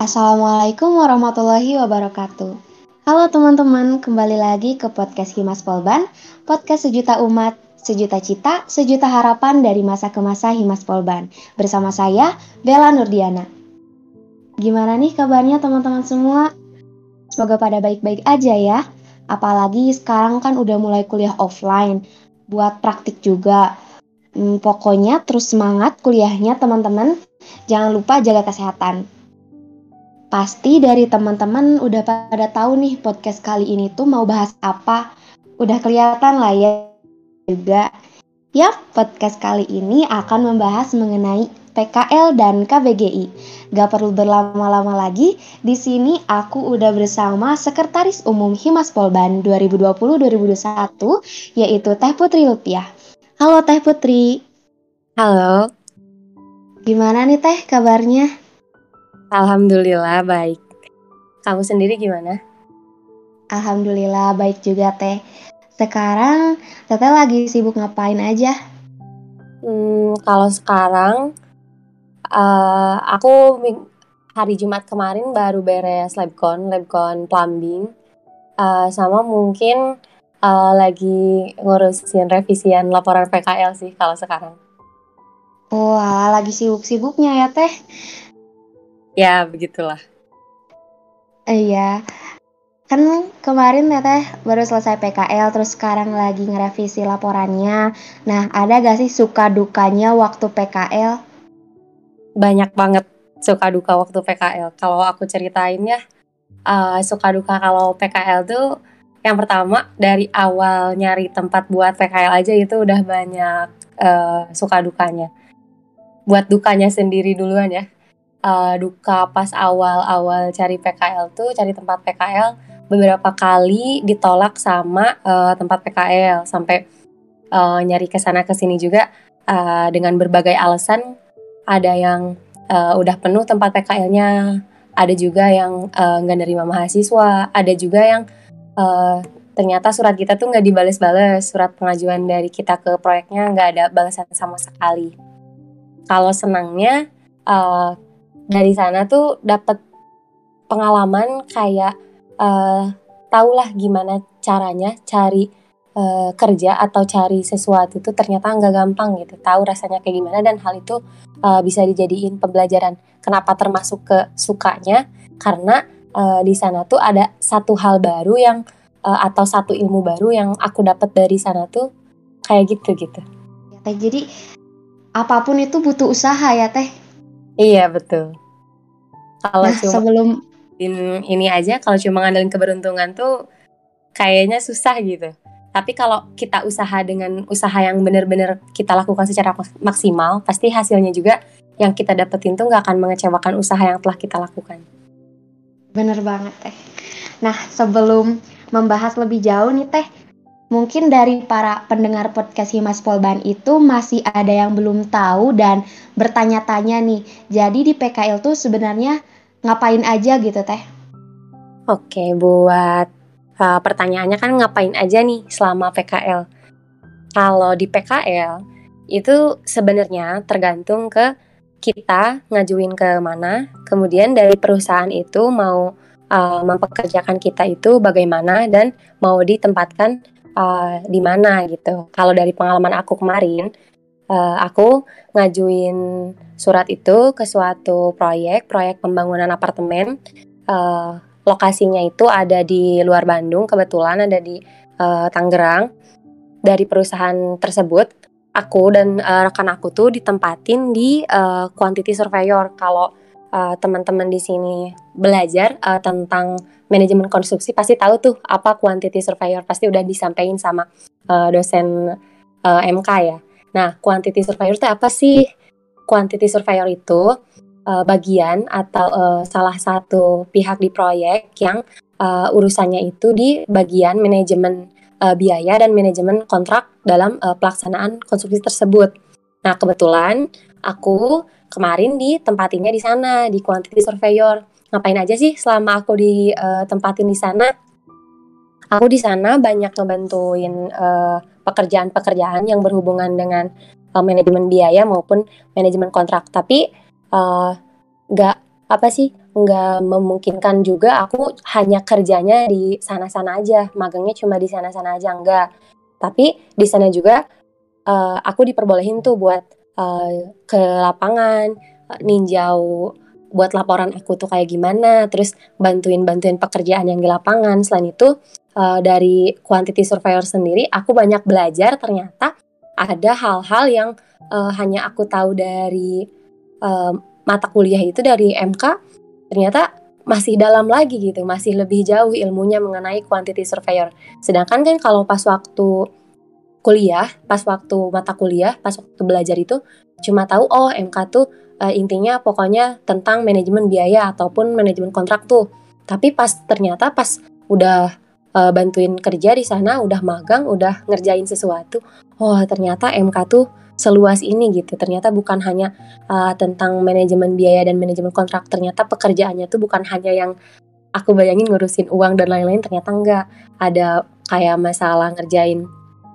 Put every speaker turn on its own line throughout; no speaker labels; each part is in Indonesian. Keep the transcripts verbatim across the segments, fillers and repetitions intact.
Assalamualaikum warahmatullahi wabarakatuh. Halo teman-teman, kembali lagi ke podcast Himas Polban, podcast sejuta umat, sejuta cita, sejuta harapan dari masa ke masa Himas Polban. Bersama saya, Bella Nurdiana. Gimana nih kabarnya teman-teman semua? Semoga pada baik-baik aja ya. Apalagi sekarang kan udah mulai kuliah offline, buat praktik juga. Hmm, pokoknya terus semangat kuliahnya teman-teman. Jangan lupa jaga kesehatan. Pasti dari teman-teman udah pada tahu nih podcast kali ini tuh mau bahas apa. Udah kelihatan lah ya juga. Yap, podcast kali ini akan membahas mengenai P K L dan K B G I. Gak perlu berlama-lama lagi, di sini aku udah bersama Sekretaris Umum Himas Polban dua ribu dua puluh sampai dua ribu dua puluh satu, yaitu Teh Putri Lupiah. Halo Teh Putri.
Halo.
Gimana nih Teh kabarnya?
Alhamdulillah baik. Kamu sendiri gimana?
Alhamdulillah baik juga Teh. Sekarang Teteh lagi sibuk ngapain aja?
Hmm, kalau sekarang uh, aku hari Jumat kemarin baru beres labcon, labcon plumbing, uh, sama mungkin uh, lagi ngurusin revisian laporan P K L sih kalau sekarang.
Wah, lagi sibuk-sibuknya ya Teh?
Ya begitulah.
Iya, kan kemarin Teteh baru selesai P K L, terus sekarang lagi ngerevisi laporannya. Nah, ada gak sih suka dukanya waktu P K L?
Banyak banget suka duka waktu P K L. Kalau aku ceritain ya, uh, suka duka kalau P K L tuh yang pertama dari awal nyari tempat buat P K L aja itu udah banyak uh, suka dukanya. Buat dukanya sendiri duluan ya. Uh, duka pas awal-awal cari P K L tuh, cari tempat P K L beberapa kali ditolak sama uh, tempat P K L sampai uh, nyari kesana kesini juga uh, dengan berbagai alasan. Ada yang uh, udah penuh tempat P K L-nya, ada juga yang nggak uh, nerima mahasiswa, ada juga yang uh, ternyata surat kita tuh nggak dibales-bales, surat pengajuan dari kita ke proyeknya nggak ada balasan sama sekali. Kalau senangnya uh, dari sana tuh dapat pengalaman kayak uh, tahulah gimana caranya cari uh, kerja atau cari sesuatu itu ternyata nggak gampang gitu, tahu rasanya kayak gimana, dan hal itu uh, bisa dijadiin pembelajaran. Kenapa termasuk ke sukanya? Karena uh, di sana tuh ada satu hal baru yang uh, atau satu ilmu baru yang aku dapat dari sana tuh kayak gitu gitu.
Ya, Teh, jadi apapun itu butuh usaha ya Teh.
Iya betul. Kalau
Nah,
cuma
sebelum
ini aja, kalau cuma ngandelin keberuntungan tuh kayaknya susah gitu. Tapi kalau kita usaha dengan usaha yang benar-benar kita lakukan secara maksimal, pasti hasilnya juga yang kita dapetin tuh gak akan mengecewakan usaha yang telah kita lakukan.
bener banget Teh. Nah, sebelum membahas lebih jauh nih Teh, mungkin dari para pendengar podcast Himas Polban itu masih ada yang belum tahu dan bertanya-tanya nih. Jadi di P K L tuh sebenarnya ngapain aja gitu Teh?
Oke, buat uh, pertanyaannya kan ngapain aja nih selama P K L? Kalau di P K L itu sebenarnya tergantung ke kita ngajuin ke mana, kemudian dari perusahaan itu mau uh, mempekerjakan kita itu bagaimana dan mau ditempatkan uh, di mana gitu. Kalau dari pengalaman aku kemarin, uh, aku ngajuin surat itu ke suatu proyek, proyek pembangunan apartemen. Uh, lokasinya itu ada di luar Bandung, kebetulan ada di uh, Tangerang. Dari perusahaan tersebut, aku dan uh, rekan aku tuh ditempatin di uh, quantity surveyor. Kalau uh, teman-teman di sini belajar uh, tentang manajemen konstruksi pasti tahu tuh apa quantity surveyor, pasti udah disampaikan sama uh, dosen uh, M K ya. Nah, quantity surveyor itu apa sih? Quantity surveyor itu uh, bagian atau uh, salah satu pihak di proyek yang uh, urusannya itu di bagian manajemen uh, biaya dan manajemen kontrak dalam uh, pelaksanaan konstruksi tersebut. Nah, kebetulan aku kemarin ditempatinnya di sana, di quantity surveyor. Ngapain aja sih selama aku ditempatin di sana? Aku di sana banyak ngebantuin uh, pekerjaan-pekerjaan yang berhubungan dengan uh, manajemen biaya maupun manajemen kontrak. Tapi uh, nggak apa sih, nggak memungkinkan juga aku hanya kerjanya di sana-sana aja, magangnya cuma di sana-sana aja, enggak. Tapi di sana juga uh, aku diperbolehin tuh buat uh, ke lapangan, uh, ninjau buat laporan aku tuh kayak gimana, terus bantuin-bantuin pekerjaan yang di lapangan. Selain itu uh, dari quantity surveyor sendiri, aku banyak belajar ternyata ada hal-hal yang uh, hanya aku tahu dari uh, mata kuliah itu dari M K, ternyata masih dalam lagi gitu, masih lebih jauh ilmunya mengenai quantity surveyor. Sedangkan kan kalau pas waktu kuliah, pas waktu mata kuliah, pas waktu belajar itu cuma tahu oh M K tuh uh, intinya pokoknya tentang manajemen biaya ataupun manajemen kontrak tuh. Tapi pas ternyata pas udah uh, bantuin kerja di sana, udah magang, udah ngerjain sesuatu, oh ternyata M K tuh seluas ini gitu. Ternyata bukan hanya uh, tentang manajemen biaya dan manajemen kontrak, ternyata pekerjaannya tuh bukan hanya yang aku bayangin ngurusin uang dan lain-lain, ternyata enggak. Ada kayak masalah ngerjain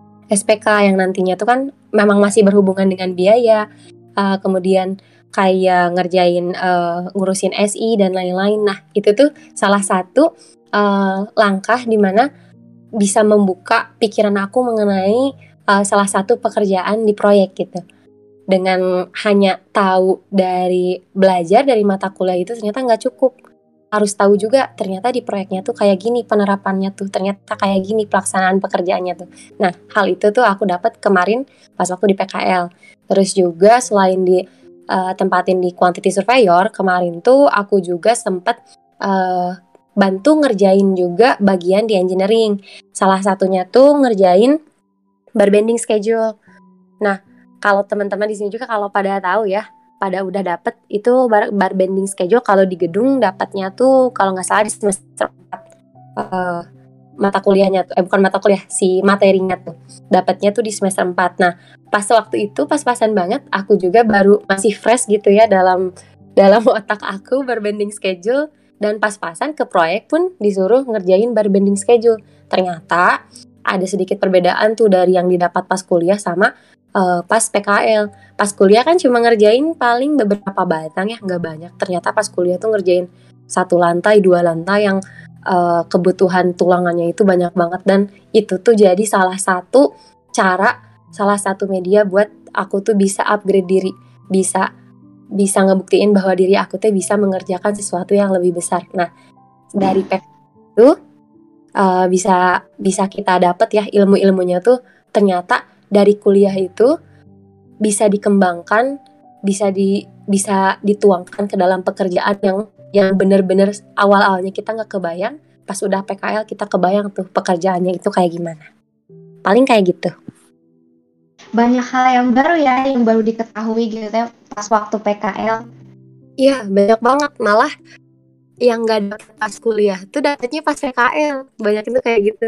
S P K yang nantinya tuh kan memang masih berhubungan dengan biaya, uh, kemudian kayak ngerjain uh, ngurusin S I dan lain-lain. Nah itu tuh salah satu uh, langkah di mana bisa membuka pikiran aku mengenai uh, salah satu pekerjaan di proyek gitu. Dengan hanya tahu dari belajar dari mata kuliah itu ternyata nggak cukup. Harus tahu juga ternyata di proyeknya tuh kayak gini penerapannya tuh, ternyata kayak gini pelaksanaan pekerjaannya tuh. Nah hal itu tuh aku dapat kemarin pas waktu di P K L. Terus juga selain di uh, tempatin di quantity surveyor, kemarin tuh aku juga sempat uh, bantu ngerjain juga bagian di engineering. Salah satunya tuh ngerjain barbending schedule. Nah kalau teman-teman di sini juga kalau pada tahu ya, pada udah dapet itu bar, bar bending schedule kalau di gedung dapatnya tuh kalau nggak salah di semester empat uh, mata kuliahnya tuh, eh bukan mata kuliah, si materinya tuh dapatnya tuh di semester empat. Nah pas waktu itu pas-pasan banget aku juga baru masih fresh gitu ya dalam dalam otak aku bar bending schedule, dan pas-pasan ke proyek pun disuruh ngerjain bar bending schedule. Ternyata ada sedikit perbedaan tuh dari yang didapat pas kuliah sama uh, pas P K L. Pas kuliah kan cuma ngerjain paling beberapa batang ya, nggak banyak. Ternyata pas kuliah tuh ngerjain satu lantai, dua lantai yang uh, kebutuhan tulangannya itu banyak banget. Dan itu tuh jadi salah satu cara, salah satu media buat aku tuh bisa upgrade diri, bisa bisa ngebuktiin bahwa diri aku tuh bisa mengerjakan sesuatu yang lebih besar. Nah dari P K L itu uh, bisa bisa kita dapat ya ilmu-ilmunya tuh ternyata dari kuliah itu bisa dikembangkan, bisa di bisa dituangkan ke dalam pekerjaan yang yang benar-benar awal-awalnya kita nggak kebayang, pas udah P K L kita kebayang tuh pekerjaannya itu kayak gimana. Paling kayak gitu.
Banyak hal yang baru ya, yang baru diketahui gitu ya pas waktu P K L.
Iya banyak banget, malah yang nggak dapet pas kuliah tuh dapetnya pas P K L, banyak itu kayak gitu.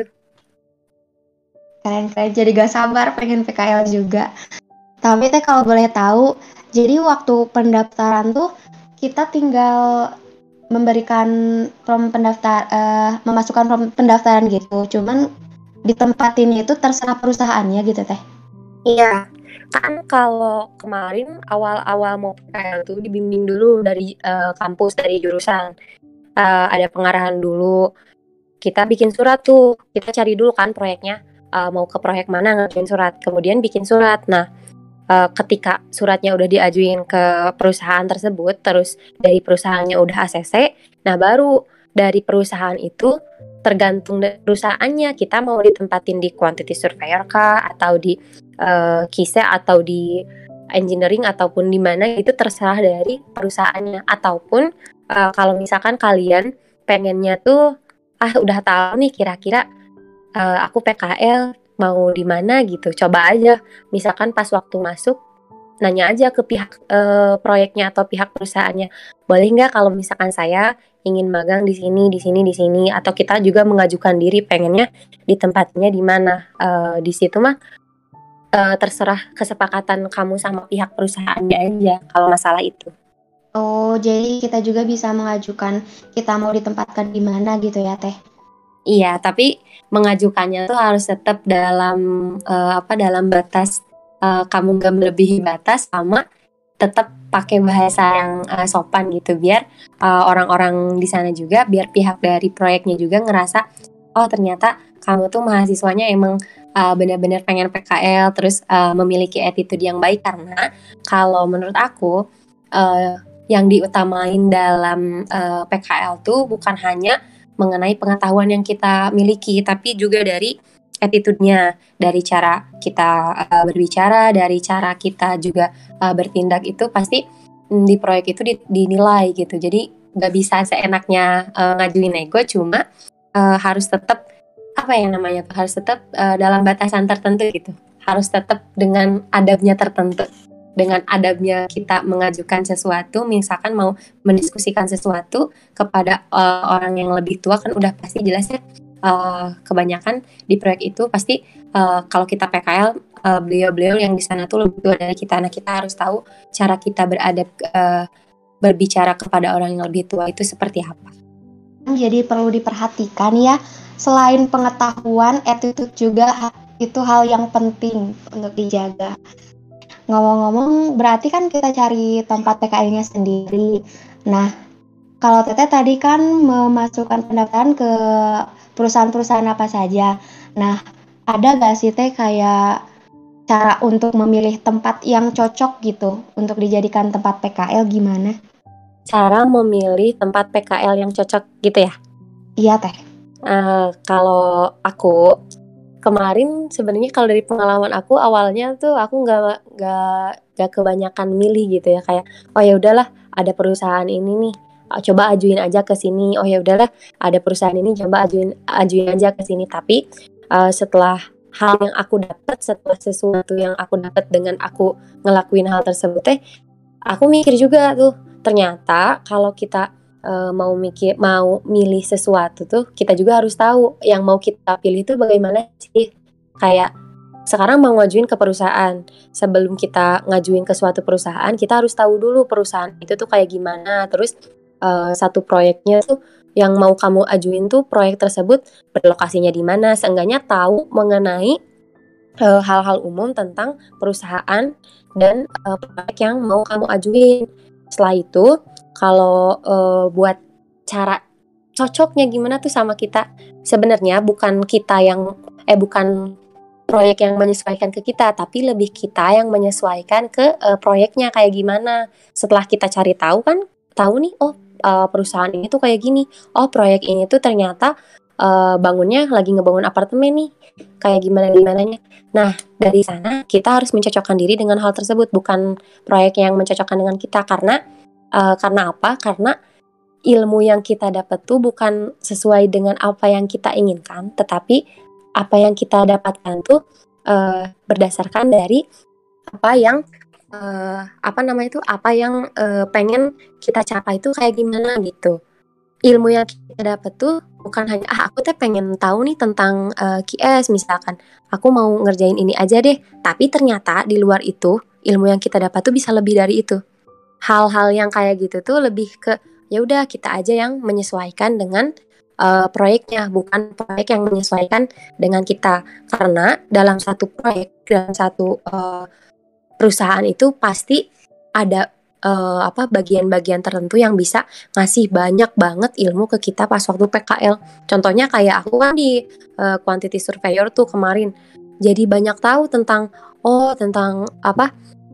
Keren-keren, jadi gak sabar pengen P K L juga. Tapi teh kalau boleh tahu, jadi waktu pendaftaran tuh kita tinggal memberikan form pendaftar, uh, memasukkan form pendaftaran gitu. Cuman ditempatinnya itu terserah perusahaannya gitu teh.
Iya, kan kalau kemarin awal-awal mau P K L tuh dibimbing dulu dari uh, kampus, dari jurusan. Uh, ada pengarahan dulu. Kita bikin surat tuh, kita cari dulu kan proyeknya, uh, mau ke proyek mana ngajuin surat. Kemudian bikin surat. Nah, uh, ketika suratnya udah diajuin ke perusahaan tersebut, terus dari perusahaannya udah A C C, nah baru dari perusahaan itu tergantung dari perusahaannya kita mau ditempatin di quantity surveyor kah, atau di uh, K I S E atau di engineering ataupun di mana, itu terserah dari perusahaannya. Ataupun uh, kalau misalkan kalian pengennya tuh ah udah tahu nih kira-kira uh, aku P K L mau di mana gitu, coba aja misalkan pas waktu masuk nanya aja ke pihak uh, proyeknya atau pihak perusahaannya, boleh nggak kalau misalkan saya ingin magang di sini, di sini, di sini, atau kita juga mengajukan diri pengennya ditempatnya di mana. Uh, di situ mah uh, terserah kesepakatan kamu sama pihak perusahaannya aja kalau masalah itu.
Oh, jadi kita juga bisa mengajukan kita mau ditempatkan di mana gitu ya teh?
Iya, tapi mengajukannya tuh harus tetap dalam uh, apa dalam batas uh, kamu nggak melebihi batas sama tetap pakai bahasa yang uh, sopan gitu, biar uh, orang-orang di sana juga, biar pihak dari proyeknya juga ngerasa oh ternyata kamu tuh mahasiswanya emang uh, benar-benar pengen P K L, terus uh, memiliki attitude yang baik. Karena kalau menurut aku uh, yang diutamain dalam uh, P K L tuh bukan hanya mengenai pengetahuan yang kita miliki, tapi juga dari attitude-nya, dari cara kita uh, berbicara, dari cara kita juga uh, bertindak, itu pasti mm, di proyek itu di, dinilai gitu. Jadi nggak bisa seenaknya uh, ngajuin nego, cuma uh, harus tetap apa ya namanya harus tetap uh, dalam batasan tertentu gitu. Harus tetap dengan adabnya tertentu. Dengan adabnya kita mengajukan sesuatu, misalkan mau mendiskusikan sesuatu kepada uh, orang yang lebih tua, kan udah pasti jelas ya. Uh, kebanyakan di proyek itu pasti uh, kalau kita P K L uh, beliau-beliau yang di sana tuh lebih tua dari kita. Nah, kita harus tahu cara kita beradab uh, berbicara kepada orang yang lebih tua itu seperti apa.
Jadi perlu diperhatikan ya, selain pengetahuan, attitude juga itu hal yang penting untuk dijaga. Ngomong-ngomong, berarti kan kita cari tempat P K L-nya sendiri. Nah, kalau Teteh tadi kan memasukkan pendaftaran ke perusahaan-perusahaan apa saja. Nah, ada gak sih Teh kayak cara untuk memilih tempat yang cocok gitu untuk dijadikan tempat P K L gimana?
Cara memilih tempat P K L yang cocok gitu ya?
Iya Teh.
Uh, kalau aku kemarin sebenarnya kalau dari pengalaman aku awalnya tuh aku nggak nggak nggak kebanyakan milih gitu ya, kayak oh ya udahlah ada perusahaan ini nih, coba ajuin aja ke sini. Oh ya udahlah ada perusahaan ini, coba ajuin ajuin aja ke sini. Tapi uh, setelah hal yang aku dapat, setelah sesuatu yang aku dapat dengan aku ngelakuin hal tersebut teh, aku mikir juga tuh, ternyata kalau kita uh, mau mikir mau milih sesuatu tuh, kita juga harus tahu yang mau kita pilih itu bagaimana sih. Kayak sekarang mau ngajuin ke perusahaan, sebelum kita ngajuin ke suatu perusahaan, kita harus tahu dulu perusahaan itu tuh kayak gimana. Terus uh, satu proyeknya tuh yang mau kamu ajuin tuh proyek tersebut berlokasinya di mana, seenggaknya tahu mengenai uh, hal-hal umum tentang perusahaan dan uh, proyek yang mau kamu ajuin. Setelah itu, kalau uh, buat cara cocoknya gimana tuh sama kita, sebenarnya bukan kita yang eh bukan proyek yang menyesuaikan ke kita, tapi lebih kita yang menyesuaikan ke uh, proyeknya kayak gimana. Setelah kita cari tahu kan, tahu nih, oh uh, perusahaan ini tuh kayak gini, oh proyek ini tuh ternyata uh, bangunnya lagi ngebangun apartemen nih, kayak gimana-gimananya. Nah, dari sana kita harus mencocokkan diri dengan hal tersebut, bukan proyek yang mencocokkan dengan kita. Karena uh, karena apa? Karena ilmu yang kita dapat tuh bukan sesuai dengan apa yang kita inginkan, tetapi apa yang kita dapatkan tuh uh, berdasarkan dari apa yang uh, apa namanya itu apa yang uh, pengen kita capai itu kayak gimana gitu. Ilmu yang kita dapat tuh bukan hanya ah aku teh pengen tahu nih tentang uh, Q S misalkan, aku mau ngerjain ini aja deh, tapi ternyata di luar itu ilmu yang kita dapat tuh bisa lebih dari itu. Hal-hal yang kayak gitu tuh lebih ke ya udah kita aja yang menyesuaikan dengan Uh, proyeknya, bukan proyek yang menyesuaikan dengan kita. Karena dalam satu proyek, dalam satu uh, perusahaan itu pasti ada uh, apa bagian-bagian tertentu yang bisa ngasih banyak banget ilmu ke kita pas waktu P K L. Contohnya kayak aku kan di uh, quantity surveyor tuh kemarin, jadi banyak tahu tentang oh tentang apa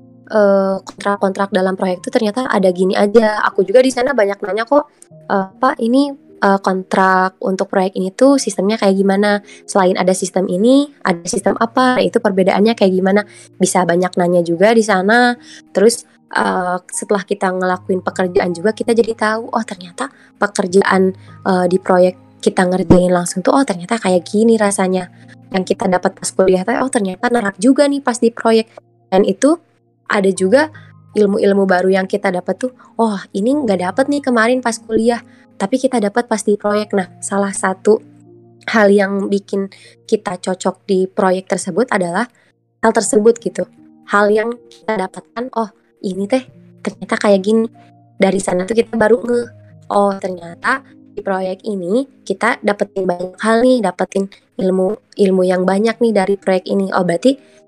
uh, kontrak-kontrak dalam proyek itu ternyata ada gini aja. Aku juga di sana banyak nanya kok, uh, Pak ini Uh, kontrak untuk proyek ini tuh sistemnya kayak gimana, selain ada sistem ini ada sistem apa, itu perbedaannya kayak gimana, bisa banyak nanya juga di sana. Terus uh, setelah kita ngelakuin pekerjaan juga kita jadi tahu oh ternyata pekerjaan uh, di proyek kita ngerjain langsung tuh oh ternyata kayak gini rasanya. Yang kita dapat pas kuliah tuh oh ternyata nerak juga nih pas di proyek. Dan itu ada juga ilmu-ilmu baru yang kita dapat tuh oh ini nggak dapat nih kemarin pas kuliah, tapi kita dapat pas di proyek. Nah, salah satu hal yang bikin kita cocok di proyek tersebut adalah hal tersebut gitu. Hal yang kita dapatkan, oh ini teh ternyata kayak gini. Dari sana tuh kita baru nge, oh ternyata di proyek ini kita dapetin banyak hal nih, dapetin ilmu ilmu yang banyak nih dari proyek ini. Oh berarti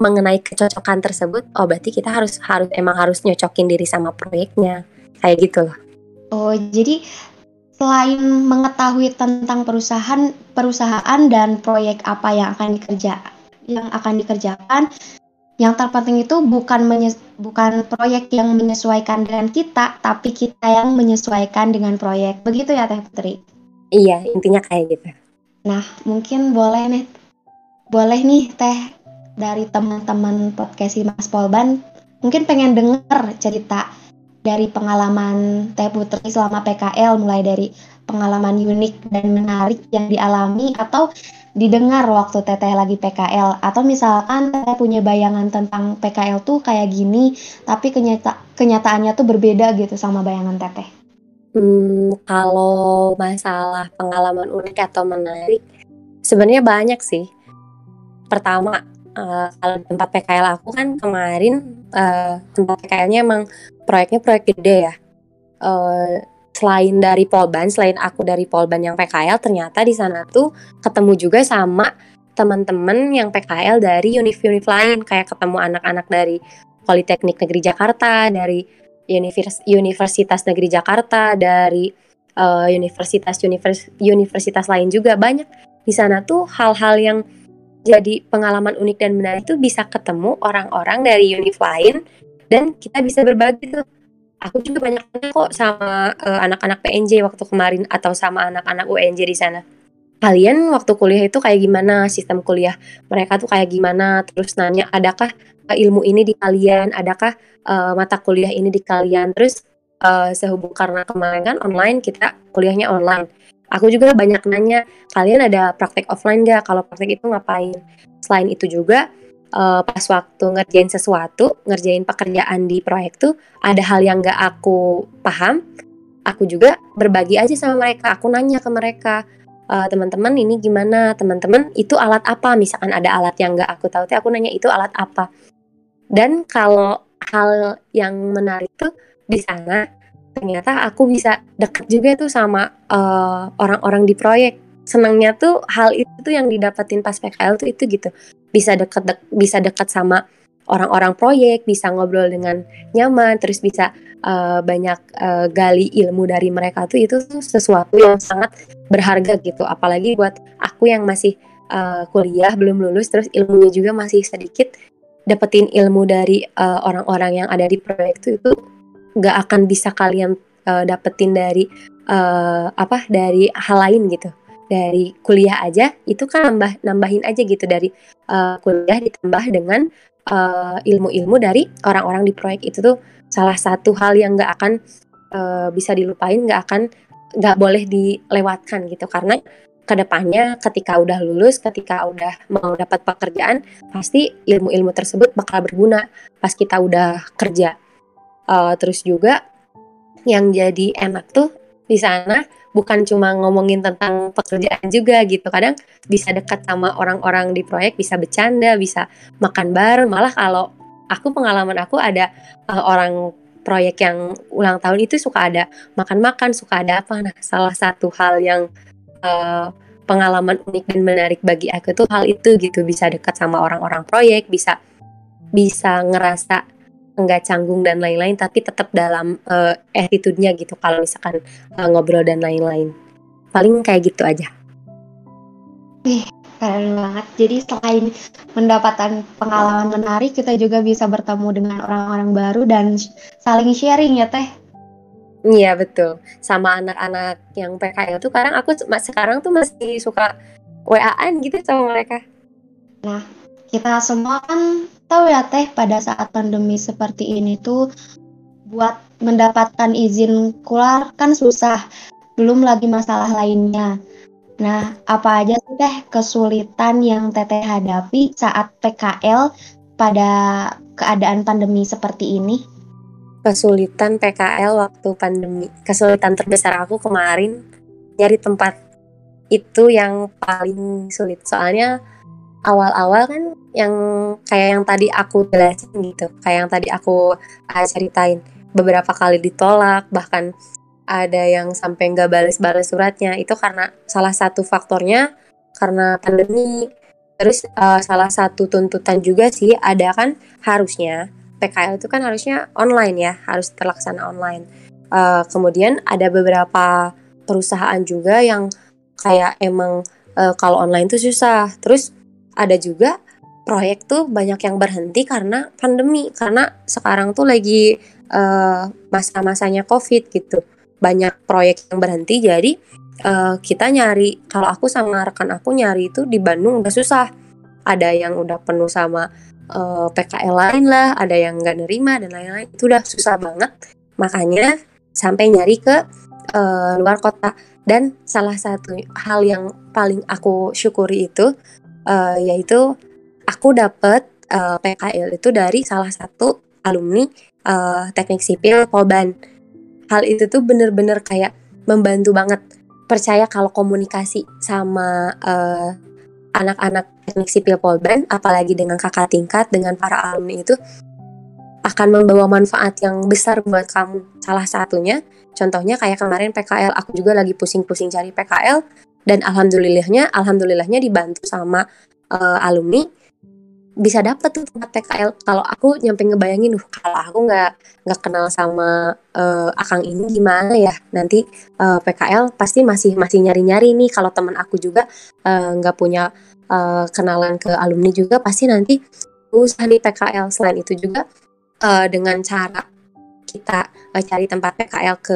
mengenai kecocokan tersebut, oh berarti kita harus harus emang harus nyocokin diri sama proyeknya, kayak gitu loh.
Oh, jadi selain mengetahui tentang perusahaan perusahaan dan proyek apa yang akan dikerja yang akan dikerjakan, yang terpenting itu bukan menyes, bukan proyek yang menyesuaikan dengan kita, tapi kita yang menyesuaikan dengan proyek. Begitu ya Teh Putri?
Iya, intinya kayak gitu.
Nah, mungkin boleh nih, boleh nih Teh dari teman-teman podcast Himas Polban, mungkin pengen denger cerita dari pengalaman Teh Putri selama P K L, mulai dari pengalaman unik dan menarik yang dialami atau didengar waktu Teteh lagi P K L, atau misalkan Teteh punya bayangan tentang P K L tuh kayak gini, tapi kenyata kenyataannya tuh berbeda gitu sama bayangan Teteh.
Hmm, kalau masalah pengalaman unik atau menarik, sebenarnya banyak sih. Pertama, uh, kalau tempat P K L aku kan kemarin, uh, tempat P K L-nya emang proyeknya proyek gede ya. Uh, selain dari Polban, selain aku dari Polban yang P K L, ternyata di sana tuh ketemu juga sama teman-teman yang P K L dari univ-univ lain, kayak ketemu anak-anak dari Politeknik Negeri Jakarta, dari Univers- Universitas Negeri Jakarta, dari uh, universitas-universitas universitas lain juga. Banyak di sana tuh hal-hal yang jadi pengalaman unik dan menarik tuh bisa ketemu orang-orang dari univ lain dan kita bisa berbagi tuh. Aku juga banyak kok sama uh, anak-anak P N J waktu kemarin atau sama anak-anak U N J di sana. Kalian waktu kuliah itu kayak gimana, sistem kuliah mereka tuh kayak gimana, terus nanya adakah uh, ilmu ini di kalian, adakah uh, mata kuliah ini di kalian. Terus uh, sehubung karena kemarin kan online, kita kuliahnya online. Aku juga banyak nanya, kalian ada praktek offline gak? Kalau praktek itu ngapain? Selain itu juga, uh, pas waktu ngerjain sesuatu, ngerjain pekerjaan di proyek tuh, ada hal yang gak aku paham, aku juga berbagi aja sama mereka. Aku nanya ke mereka, uh, teman-teman ini gimana? Teman-teman itu alat apa? Misalkan ada alat yang gak aku tahu, aku nanya itu alat apa? Dan kalau hal yang menarik tuh di sana, ternyata aku bisa deket juga tuh sama uh, orang-orang di proyek. Senangnya tuh hal itu tuh yang didapetin pas P K L tuh itu gitu. Bisa deket dek, bisa dekat sama orang-orang proyek, bisa ngobrol dengan nyaman, terus bisa uh, banyak uh, gali ilmu dari mereka tuh. Itu tuh sesuatu yang sangat berharga gitu. Apalagi buat aku yang masih uh, kuliah belum lulus, terus ilmunya juga masih sedikit. Dapetin ilmu dari uh, orang-orang yang ada di proyek tuh itu nggak akan bisa kalian uh, dapetin dari uh, apa dari hal lain gitu. Dari kuliah aja itu kan nambah nambahin aja gitu, dari uh, kuliah ditambah dengan uh, ilmu-ilmu dari orang-orang di proyek. Itu tuh salah satu hal yang nggak akan uh, bisa dilupain, nggak akan nggak boleh dilewatkan gitu. Karena kedepannya ketika udah lulus, ketika udah mau dapat pekerjaan, pasti ilmu-ilmu tersebut bakal berguna pas kita udah kerja. Uh, terus juga yang jadi enak tuh di sana bukan cuma ngomongin tentang pekerjaan juga gitu. Kadang bisa dekat sama orang-orang di proyek, bisa bercanda, bisa makan bareng. Malah kalau aku pengalaman aku ada uh, orang proyek yang ulang tahun itu suka ada makan-makan, suka ada apa. Nah, salah satu hal yang uh, pengalaman unik dan menarik bagi aku tuh hal itu gitu, bisa dekat sama orang-orang proyek, bisa bisa ngerasa enggak canggung dan lain-lain, tapi tetap dalam uh, attitude-nya gitu kalau misalkan uh, ngobrol dan lain-lain. Paling kayak gitu aja.
Wih, keren banget. Jadi selain mendapatkan pengalaman menarik, kita juga bisa bertemu dengan orang-orang baru dan saling sharing ya Teh.
Iya betul. Sama anak-anak yang P K L tuh kadang aku sekarang tuh masih suka W A-an gitu sama mereka.
Nah, kita semua kan tahu ya Teh, pada saat pandemi seperti ini tuh buat mendapatkan izin keluar kan susah. Belum lagi masalah lainnya. Nah, apa aja sih Teh kesulitan yang Teteh hadapi saat P K L pada keadaan pandemi seperti ini?
Kesulitan P K L waktu pandemi. Kesulitan terbesar aku kemarin nyari tempat, itu yang paling sulit. Soalnya awal-awal kan yang kayak yang tadi aku jelasin gitu, kayak yang tadi aku uh, ceritain, beberapa kali ditolak, bahkan ada yang sampai nggak balas-balas suratnya. Itu karena salah satu faktornya karena pandemi. Terus uh, salah satu tuntutan juga sih ada kan harusnya P K L itu kan harusnya online ya, harus terlaksana online. Uh, kemudian ada beberapa perusahaan juga yang kayak emang uh, kalau online tuh susah. Terus ada juga proyek tuh banyak yang berhenti karena pandemi, karena sekarang tuh lagi uh, masa-masanya COVID gitu. Banyak proyek yang berhenti, jadi uh, kita nyari, kalau aku sama rekan aku nyari itu di Bandung udah susah. Ada yang udah penuh sama uh, P K L lain lah, ada yang nggak nerima dan lain-lain. Itu udah susah banget. Makanya sampai nyari ke uh, luar kota. Dan salah satu hal yang paling aku syukuri itu uh, yaitu aku dapet uh, P K L itu dari salah satu alumni uh, teknik sipil Polban. Hal itu tuh bener-bener kayak membantu banget. Percaya kalau komunikasi sama uh, anak-anak teknik sipil Polban, apalagi dengan kakak tingkat, dengan para alumni itu akan membawa manfaat yang besar buat kamu. Salah satunya, contohnya kayak kemarin P K L, aku juga lagi pusing-pusing cari P K L, dan alhamdulillahnya, alhamdulillahnya dibantu sama uh, alumni, bisa dapet tuh tempat P K L. Kalau aku nyampe ngebayangin, uh, kalau aku nggak nggak kenal sama uh, akang ini gimana ya, nanti uh, P K L pasti masih masih nyari-nyari nih. Kalau teman aku juga nggak uh, punya uh, kenalan ke alumni juga, pasti nanti usah di P K L. Selain itu juga uh, dengan cara kita uh, cari tempat P K L ke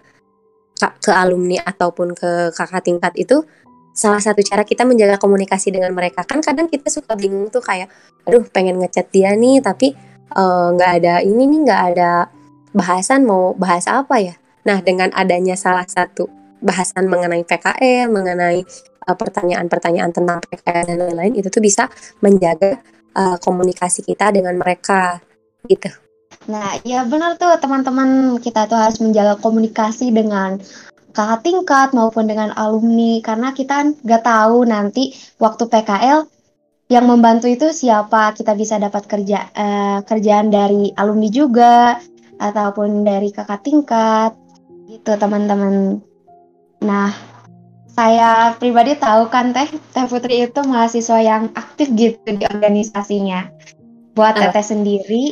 ke alumni ataupun ke kakak tingkat itu salah satu cara kita menjaga komunikasi dengan mereka. Kan kadang kita suka bingung tuh kayak, aduh pengen ngechat dia nih tapi nggak uh, ada ini nih, nggak ada bahasan, mau bahas apa ya. Nah, dengan adanya salah satu bahasan mengenai P K L, mengenai uh, pertanyaan-pertanyaan tentang P K L dan lain-lain, itu tuh bisa menjaga uh, komunikasi kita dengan mereka gitu.
Nah, ya benar tuh teman-teman, kita tuh harus menjaga komunikasi dengan kakak tingkat maupun dengan alumni, karena kita nggak tahu nanti waktu P K L yang membantu itu siapa. Kita bisa dapat kerja eh, kerjaan dari alumni juga ataupun dari kakak tingkat gitu teman-teman. Nah, saya pribadi tahu kan teh Teh Putri itu mahasiswa yang aktif gitu di organisasinya. Buat Teteh sendiri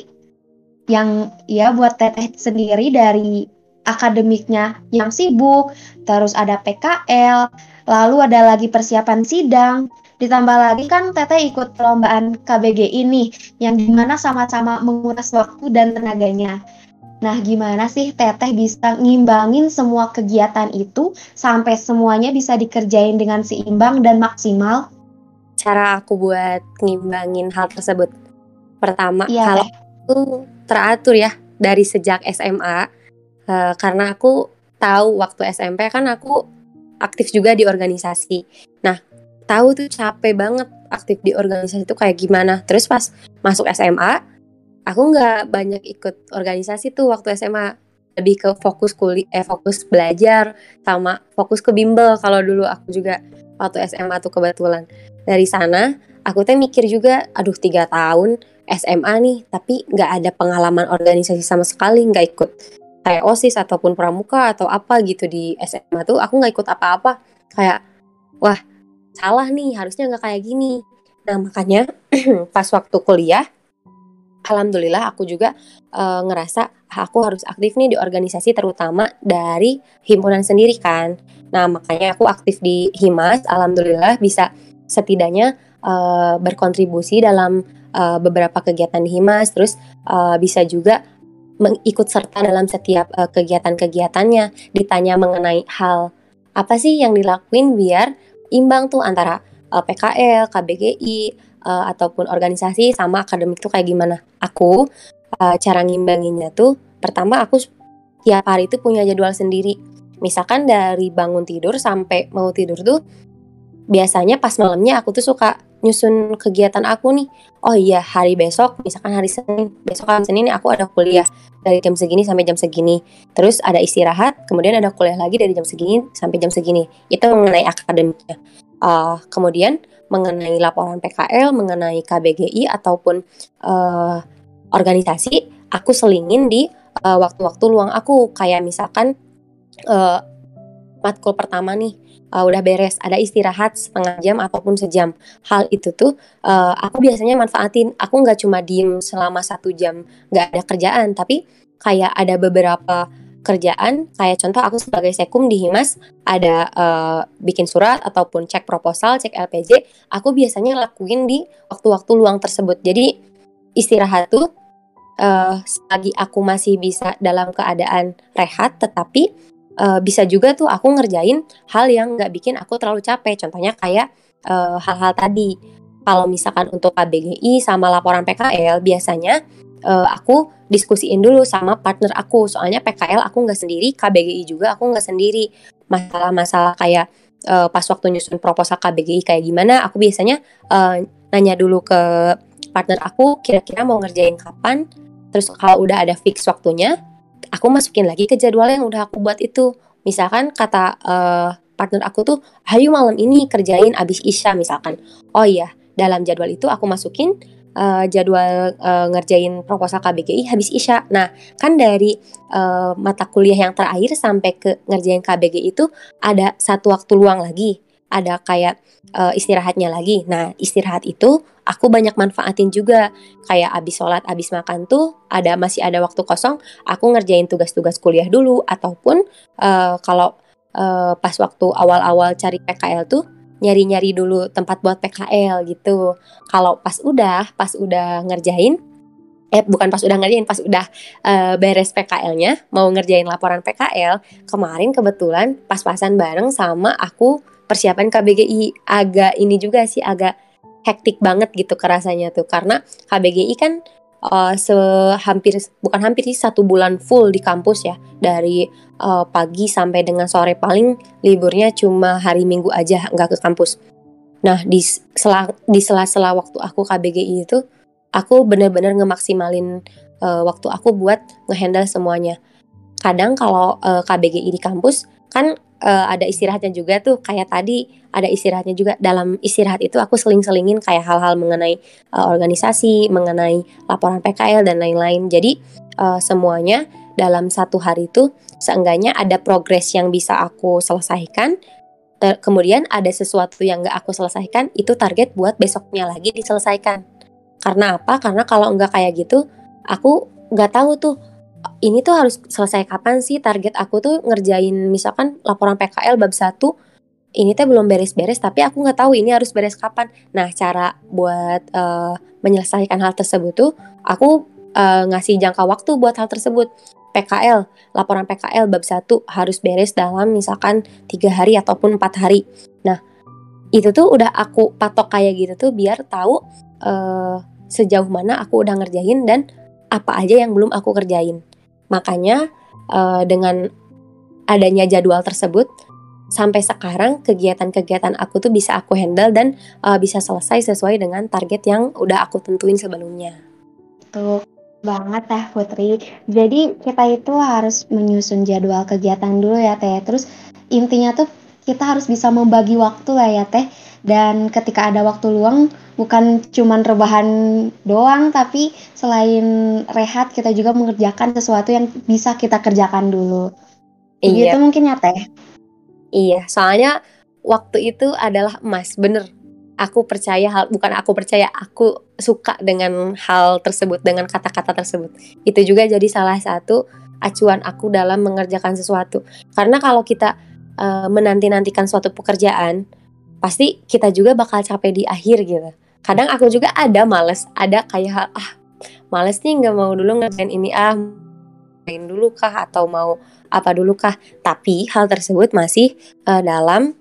yang ya buat Teteh sendiri dari akademiknya yang sibuk, terus ada P K L, lalu ada lagi persiapan sidang, ditambah lagi kan Teteh ikut perlombaan K B G ini, yang dimana sama-sama menguras waktu dan tenaganya. Nah, gimana sih Teteh bisa ngimbangin semua kegiatan itu sampai semuanya bisa dikerjain dengan seimbang dan maksimal?
Cara aku buat ngimbangin hal tersebut, pertama,
iya,
kalau aku teratur ya dari sejak S M A, uh, karena aku tahu waktu S M P kan aku aktif juga di organisasi. Nah, tahu tuh capek banget aktif di organisasi itu kayak gimana. Terus pas masuk S M A, aku nggak banyak ikut organisasi tuh waktu S M A. Lebih ke fokus kuliah, eh fokus belajar sama fokus ke bimbel. Kalau dulu aku juga waktu S M A tuh kebetulan. Dari sana aku tuh mikir juga, aduh tiga tahun S M A nih, tapi nggak ada pengalaman organisasi sama sekali, nggak ikut kayak OSIS ataupun pramuka atau apa gitu di S M A tuh, aku nggak ikut apa-apa. Kayak, wah salah nih, harusnya nggak kayak gini. Nah makanya pas waktu kuliah, alhamdulillah aku juga uh, ngerasa aku harus aktif nih di organisasi, terutama dari himpunan sendiri kan. Nah makanya aku aktif di Himas, alhamdulillah bisa setidaknya uh, berkontribusi dalam uh, beberapa kegiatan di Himas, terus uh, bisa juga mengikut serta dalam setiap uh, kegiatan-kegiatannya. Ditanya mengenai hal apa sih yang dilakuin biar imbang tuh antara uh, P K L, K B G I, uh, ataupun organisasi sama akademik tuh kayak gimana. Aku uh, cara ngimbanginnya tuh, pertama aku tiap hari tuh punya jadwal sendiri. Misalkan dari bangun tidur sampai mau tidur tuh, biasanya pas malamnya aku tuh suka nyusun kegiatan aku nih. Oh iya, hari besok, misalkan hari Senin, besok hari Senin aku ada kuliah dari jam segini sampai jam segini. Terus ada istirahat, kemudian ada kuliah lagi dari jam segini sampai jam segini. Itu mengenai akademiknya. Uh, kemudian mengenai laporan P K L, mengenai K B G I ataupun uh, organisasi, aku selingin di uh, waktu-waktu luang aku. Kayak misalkan uh, matkul pertama nih uh, udah beres, ada istirahat setengah jam ataupun sejam. Hal itu tuh uh, aku biasanya manfaatin. Aku nggak cuma diem selama satu jam nggak ada kerjaan, tapi kayak ada beberapa kerjaan, kayak contoh aku sebagai sekum di Himas ada uh, bikin surat ataupun cek proposal, cek L P J, aku biasanya lakuin di waktu-waktu luang tersebut. Jadi istirahat tuh uh, selagi aku masih bisa dalam keadaan rehat, tetapi uh, bisa juga tuh aku ngerjain hal yang nggak bikin aku terlalu capek. Contohnya kayak uh, hal-hal tadi. Kalau misalkan untuk K B G I sama laporan P K L, biasanya uh, aku diskusiin dulu sama partner aku. Soalnya P K L aku nggak sendiri, K B G I juga aku nggak sendiri. Masalah-masalah kayak uh, pas waktu nyusun proposal K B G I kayak gimana, aku biasanya uh, nanya dulu ke partner aku, kira-kira mau ngerjain kapan. Terus kalau udah ada fix waktunya, aku masukin lagi ke jadwal yang udah aku buat itu. Misalkan kata uh, partner aku tuh, ayo malam ini kerjain abis Isya misalkan. Oh iya, dalam jadwal itu aku masukin uh, jadwal uh, ngerjain proposal K B G I habis Isya. Nah, kan dari uh, mata kuliah yang terakhir sampai ke ngerjain K B G I itu ada satu waktu luang lagi. Ada kayak uh, istirahatnya lagi. Nah, istirahat itu aku banyak manfaatin juga. Kayak abis sholat, abis makan tuh ada masih ada waktu kosong, aku ngerjain tugas-tugas kuliah dulu. Ataupun uh, kalau uh, pas waktu awal-awal cari P K L tuh nyari-nyari dulu tempat buat P K L gitu. Kalau pas udah, pas udah ngerjain, eh bukan pas udah ngerjain, pas udah uh, beres P K L-nya, mau ngerjain laporan P K L, kemarin kebetulan pas-pasan bareng sama aku persiapan K B G I. Agak ini juga sih, agak hektik banget gitu kerasanya tuh, karena K B G I kan uh, sehampir bukan hampir sih satu bulan full di kampus ya, dari uh, pagi sampai dengan sore, paling liburnya cuma hari Minggu aja nggak ke kampus. Nah di sela di sela-sela waktu aku K B G I itu, aku bener-bener ngemaksimalin uh, waktu aku buat ngehandle semuanya. Kadang kalau uh, K B G I di kampus kan uh, ada istirahatnya juga tuh, kayak tadi ada istirahatnya juga. Dalam istirahat itu aku seling-selingin kayak hal-hal mengenai uh, organisasi, mengenai laporan P K L dan lain-lain. Jadi uh, semuanya dalam satu hari itu seenggaknya ada progres yang bisa aku selesaikan. Ter- kemudian ada sesuatu yang gak aku selesaikan, itu target buat besoknya lagi diselesaikan. Karena apa? Karena kalau nggak kayak gitu, aku nggak tahu tuh ini tuh harus selesai kapan sih. Target aku tuh ngerjain misalkan laporan P K L bab satu, ini tuh belum beres-beres, tapi aku nggak tahu ini harus beres kapan. Nah, cara buat uh, menyelesaikan hal tersebut tuh, aku uh, ngasih jangka waktu buat hal tersebut. P K L, laporan P K L bab satu harus beres dalam misalkan tiga hari ataupun empat hari. Nah, itu tuh udah aku patok kayak gitu tuh biar tahu uh, sejauh mana aku udah ngerjain dan apa aja yang belum aku kerjain. Makanya uh, dengan adanya jadwal tersebut, sampai sekarang kegiatan-kegiatan aku tuh bisa aku handle dan uh, bisa selesai sesuai dengan target yang udah aku tentuin sebelumnya.
Tuh banget Teh Putri. Jadi kita itu harus menyusun jadwal kegiatan dulu ya Teh. Terus intinya tuh kita harus bisa membagi waktu lah ya Teh. Dan ketika ada waktu luang, bukan cuman rebahan doang, tapi selain rehat kita juga mengerjakan sesuatu yang bisa kita kerjakan dulu. Begitu
Iya,
mungkin ya Teh.
iya. Soalnya waktu itu adalah emas, bener. Aku percaya hal, bukan aku percaya, aku suka dengan hal tersebut, dengan kata-kata tersebut. Itu juga jadi salah satu acuan aku dalam mengerjakan sesuatu. Karena kalau kita uh, menanti-nantikan suatu pekerjaan, pasti kita juga bakal capek di akhir gitu. Kadang aku juga ada males, ada kayak ah males nih, nggak mau dulu ngerjain ini, ah main dulu kah atau mau apa dulu kah. Tapi hal tersebut masih uh, dalam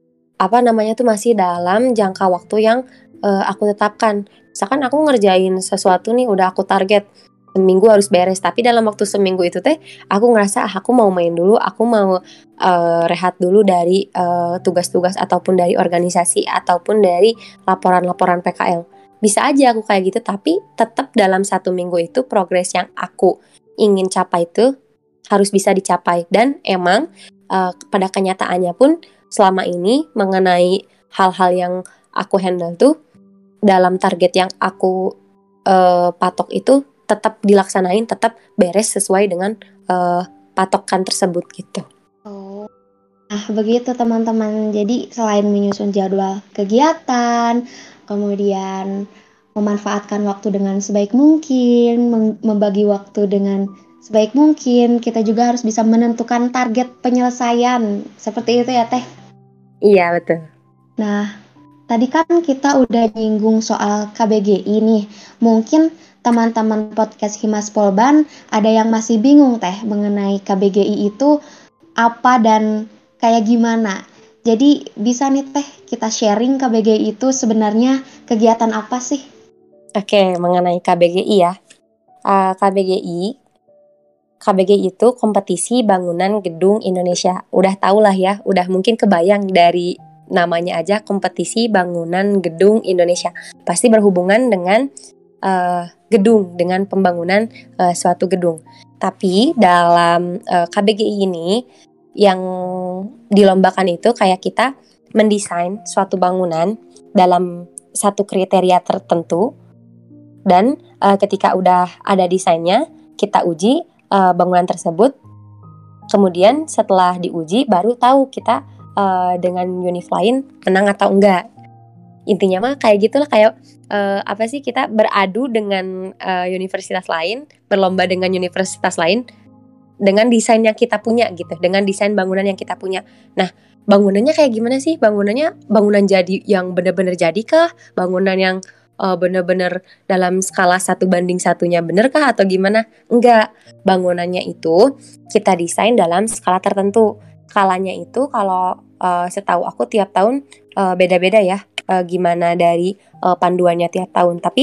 apa namanya tuh masih dalam jangka waktu yang uh, aku tetapkan. Misalkan aku ngerjain sesuatu nih, udah aku target seminggu harus beres, tapi dalam waktu seminggu itu teh aku ngerasa ah, aku mau main dulu, aku mau uh, rehat dulu dari uh, tugas-tugas ataupun dari organisasi ataupun dari laporan-laporan P K L. Bisa aja aku kayak gitu, tapi tetap dalam satu minggu itu progres yang aku ingin capai itu harus bisa dicapai. Dan emang uh, pada kenyataannya pun selama ini mengenai hal-hal yang aku handle tuh dalam target yang aku uh, patok itu tetap dilaksanain, tetap beres sesuai dengan uh, patokan tersebut gitu.
Oh. Nah, begitu teman-teman. Jadi selain menyusun jadwal kegiatan, kemudian memanfaatkan waktu dengan sebaik mungkin, mem- membagi waktu dengan sebaik mungkin, kita juga harus bisa menentukan target penyelesaian. Seperti itu ya, Teh.
Iya, betul.
Nah, tadi kan kita udah nyinggung soal K B G I nih. Mungkin teman-teman podcast Himas Polban ada yang masih bingung Teh mengenai K B G I itu apa dan kayak gimana. Jadi bisa nih Teh kita sharing K B G I itu sebenarnya kegiatan apa sih?
Oke, mengenai K B G I ya. Uh, K B G I, K B G I itu Kompetisi Bangunan Gedung Indonesia. Udah tau lah ya, udah mungkin kebayang dari namanya aja Kompetisi Bangunan Gedung Indonesia. Pasti berhubungan dengan uh, gedung, dengan pembangunan uh, suatu gedung. Tapi dalam uh, K B G I ini yang dilombakan itu kayak kita mendesain suatu bangunan dalam satu kriteria tertentu. Dan uh, ketika udah ada desainnya, kita uji uh, bangunan tersebut. Kemudian setelah diuji, baru tahu kita uh, dengan univ lain menang atau enggak. Intinya mah kayak gitulah, kayak uh, apa sih, kita beradu dengan uh, universitas lain, berlomba dengan universitas lain, dengan desain yang kita punya gitu, dengan desain bangunan yang kita punya. Nah, bangunannya kayak gimana sih? Bangunannya bangunan jadi yang benar-benar jadi kah? Bangunan yang uh, benar-benar dalam skala satu banding satunya bener kah atau gimana? Enggak. Bangunannya itu kita desain dalam skala tertentu. Skalanya itu kalau uh, setahu aku tiap tahun uh, beda-beda ya. Uh, gimana dari uh, panduannya tiap tahun. Tapi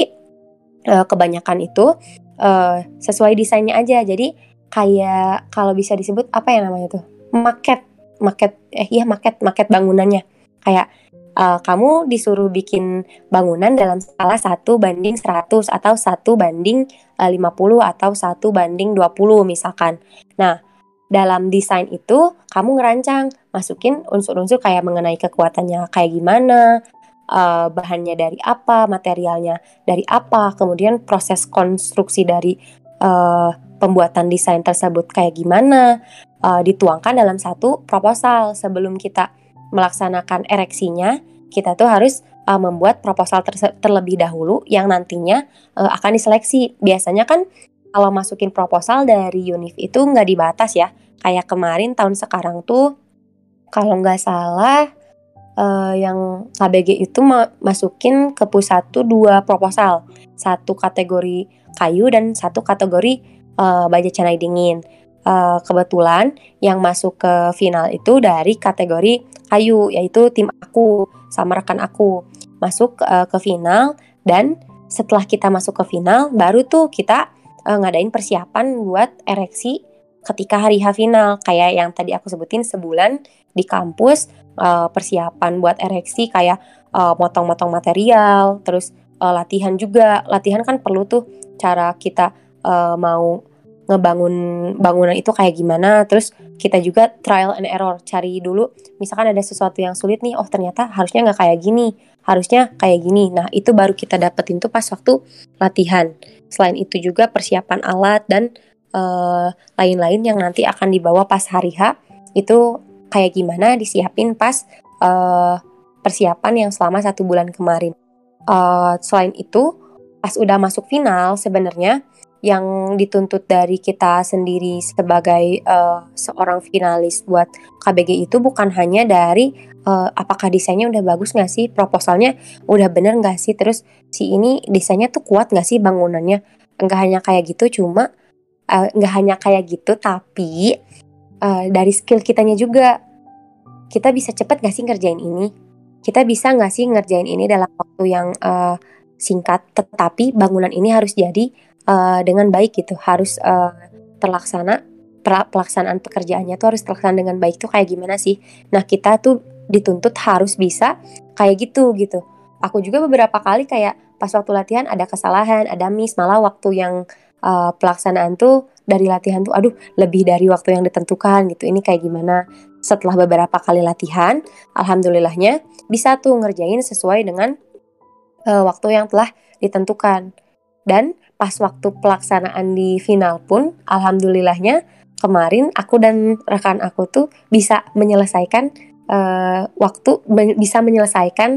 uh, kebanyakan itu uh, sesuai desainnya aja. Jadi kayak kalau bisa disebut apa ya namanya tuh, maket maket eh iya maket maket bangunannya. Kayak uh, kamu disuruh bikin bangunan dalam skala satu banding seratus atau satu banding uh, lima puluh atau satu banding dua puluh misalkan. Nah, dalam desain itu kamu ngerancang, masukin unsur-unsur kayak mengenai kekuatannya kayak gimana, uh, bahannya dari apa, materialnya dari apa, kemudian proses konstruksi dari uh, pembuatan desain tersebut kayak gimana, uh, dituangkan dalam satu proposal. Sebelum kita melaksanakan ereksinya, kita tuh harus uh, membuat proposal ter- terlebih dahulu yang nantinya uh, akan diseleksi. Biasanya kan kalau masukin proposal dari univ itu nggak dibatas ya. Kayak kemarin tahun sekarang tuh kalau nggak salah uh, yang K B G itu ma- masukin ke pusat tuh dua proposal. Satu kategori kayu dan satu kategori Uh, baja canai dingin. Uh, kebetulan yang masuk ke final itu dari kategori kayu, yaitu tim aku sama rekan aku masuk uh, ke final. Dan setelah kita masuk ke final, baru tuh kita uh, ngadain persiapan buat ereksi ketika hari H final. Kayak yang tadi aku sebutin, sebulan di kampus uh, persiapan buat ereksi, kayak uh, motong-motong material, terus uh, latihan juga. Latihan kan perlu tuh cara kita Uh, mau ngebangun bangunan itu kayak gimana. Terus kita juga trial and error, cari dulu misalkan ada sesuatu yang sulit nih, oh ternyata harusnya nggak kayak gini, harusnya kayak gini. Nah itu baru kita dapetin tuh pas waktu latihan. Selain itu juga persiapan alat dan uh, lain-lain yang nanti akan dibawa pas hari H, itu kayak gimana disiapin pas uh, persiapan yang selama satu bulan kemarin. Uh, selain itu pas udah masuk final, sebenarnya yang dituntut dari kita sendiri sebagai uh, seorang finalis buat K B G itu bukan hanya dari uh, apakah desainnya udah bagus gak sih, proposalnya udah bener gak sih, terus si ini desainnya tuh kuat gak sih bangunannya. Enggak hanya kayak gitu, cuma uh, enggak hanya kayak gitu, tapi uh, dari skill kitanya juga. Kita bisa cepet gak sih ngerjain ini, kita bisa gak sih ngerjain ini dalam waktu yang uh, singkat, tetapi bangunan ini harus jadi Uh, dengan baik gitu, harus uh, terlaksana, pelaksanaan pekerjaannya tuh harus terlaksana dengan baik tuh kayak gimana sih. Nah kita tuh dituntut harus bisa kayak gitu gitu. Aku juga beberapa kali kayak pas waktu latihan ada kesalahan, ada miss, malah waktu yang uh, pelaksanaan tuh dari latihan tuh aduh lebih dari waktu yang ditentukan gitu. Ini kayak gimana. Setelah beberapa kali latihan, alhamdulillahnya bisa tuh ngerjain sesuai dengan uh, waktu yang telah ditentukan. Dan pas waktu pelaksanaan di final pun alhamdulillahnya kemarin aku dan rekan aku tuh bisa menyelesaikan uh, waktu men- bisa menyelesaikan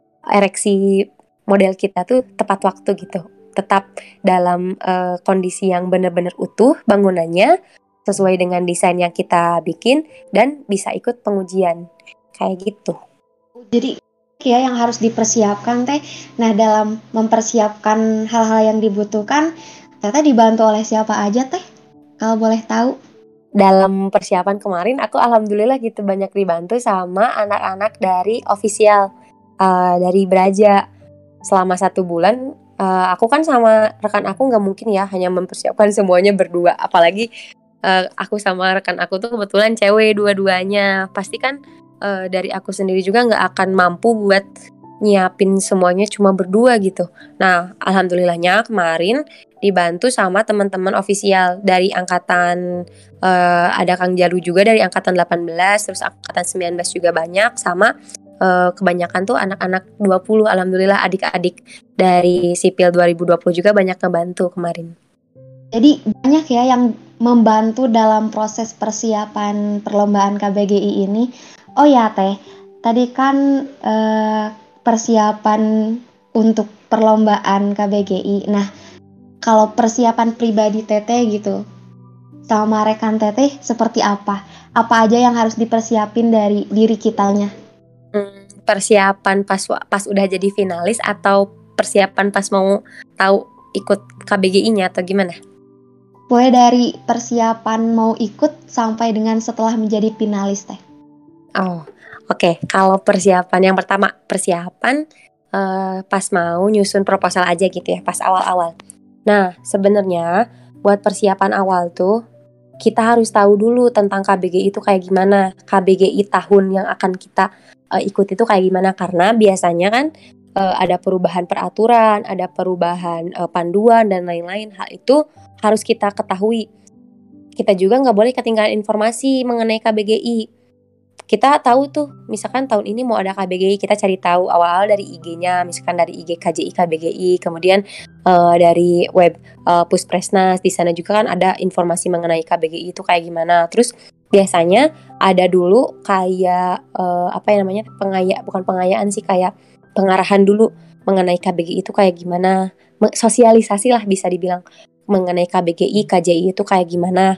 ereksi model kita tuh tepat waktu gitu, tetap dalam uh, kondisi yang benar-benar utuh bangunannya sesuai dengan desain yang kita bikin dan bisa ikut pengujian kayak gitu.
Jadi ya yang harus dipersiapkan teh. Nah, dalam mempersiapkan hal-hal yang dibutuhkan, Teteh dibantu oleh siapa aja teh? Kalau boleh tahu.
Dalam persiapan kemarin aku alhamdulillah gitu banyak dibantu sama anak-anak dari official uh, dari Braja. Selama satu bulan uh, aku kan sama rekan aku nggak mungkin ya hanya mempersiapkan semuanya berdua, apalagi uh, aku sama rekan aku tuh kebetulan cewek dua-duanya, pasti kan uh, dari aku sendiri juga nggak akan mampu buat nyiapin semuanya cuma berdua gitu. Nah, alhamdulillahnya kemarin dibantu sama teman-teman ofisial dari angkatan uh, ada Kang Jalu juga dari angkatan delapan belas, terus angkatan sembilan belas juga banyak, sama uh, kebanyakan tuh anak-anak dua puluh, alhamdulillah adik-adik dari sipil dua ribu dua puluh juga banyak ngebantu kemarin.
Jadi banyak ya yang membantu dalam proses persiapan perlombaan K B G I ini. Oh ya Teh, tadi kan eh, persiapan untuk perlombaan K B G I. Nah, kalau persiapan pribadi Teteh gitu, sama rekan Teteh seperti apa? Apa aja yang harus dipersiapin dari diri kitanya?
Hmm, persiapan pas pas udah jadi finalis atau persiapan pas mau tahu ikut K B G I-nya atau gimana?
Mulai dari persiapan mau ikut sampai dengan setelah menjadi finalis Teh.
Oh, oke. Okay. Kalau persiapan yang pertama, persiapan uh, pas mau nyusun proposal aja gitu ya, pas awal-awal. Nah, sebenarnya buat persiapan awal tuh kita harus tahu dulu tentang K B G I itu kayak gimana. K B G I tahun yang akan kita uh, ikut itu kayak gimana, karena biasanya kan uh, ada perubahan peraturan, ada perubahan uh, panduan dan lain-lain. Hal itu harus kita ketahui. Kita juga nggak boleh ketinggalan informasi mengenai K B G I. Kita tahu tuh, misalkan tahun ini mau ada K B G I, kita cari tahu awal-awal dari I G-nya, misalkan dari I G K J I K B G I, kemudian uh, dari web uh, Puspresnas, di sana juga kan ada informasi mengenai K B G I itu kayak gimana. Terus biasanya ada dulu kayak uh, apa ya namanya, pengaya, bukan pengayaan sih, kayak pengarahan dulu mengenai K B G I itu kayak gimana, sosialisasi lah bisa dibilang mengenai K B G I, K J I itu kayak gimana.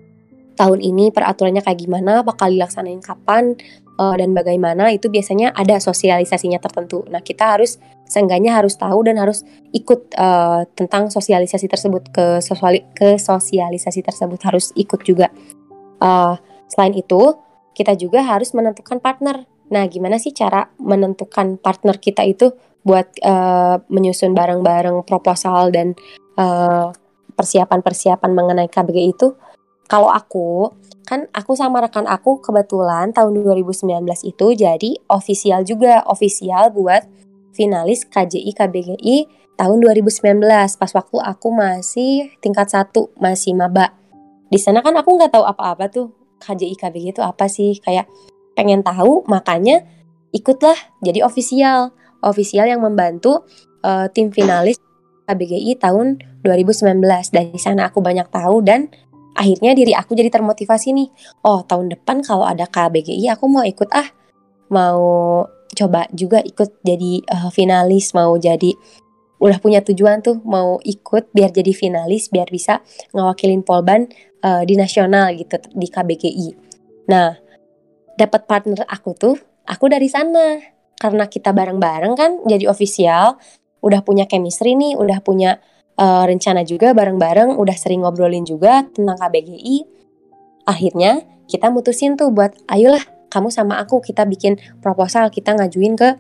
Tahun ini peraturannya kayak gimana, bakal dilaksanain kapan, uh, dan bagaimana, itu biasanya ada sosialisasinya tertentu. Nah, kita harus seenggaknya harus tahu dan harus ikut uh, tentang sosialisasi tersebut, ke, sosiali, ke sosialisasi tersebut harus ikut juga. Uh, selain itu, kita juga harus menentukan partner. Nah, gimana sih cara menentukan partner kita itu buat uh, menyusun bareng-bareng proposal dan uh, persiapan-persiapan mengenai K B G I itu? Kalau aku, kan aku sama rekan aku kebetulan tahun dua ribu sembilan belas itu jadi official juga, official buat finalis K J I K B G I tahun dua ribu sembilan belas, pas waktu aku masih tingkat satu, masih maba. Di sana kan aku nggak tahu apa-apa tuh, K J I K B G I itu apa sih, kayak pengen tahu, makanya ikutlah jadi official, official yang membantu uh, tim finalis K B G I tahun dua ribu sembilan belas. Dari sana aku banyak tahu dan akhirnya diri aku jadi termotivasi nih. Oh, tahun depan kalau ada K B G I aku mau ikut ah. Mau coba juga ikut jadi uh, finalis, mau jadi, udah punya tujuan tuh mau ikut biar jadi finalis, biar bisa ngewakilin Polban uh, di nasional gitu, di K B G I. Nah, dapat partner aku tuh, aku dari sana. Karena kita bareng-bareng kan jadi official, udah punya chemistry nih, udah punya Uh, rencana juga bareng-bareng, udah sering ngobrolin juga tentang K B G I. Akhirnya kita mutusin tuh buat, ayolah kamu sama aku kita bikin proposal, kita ngajuin ke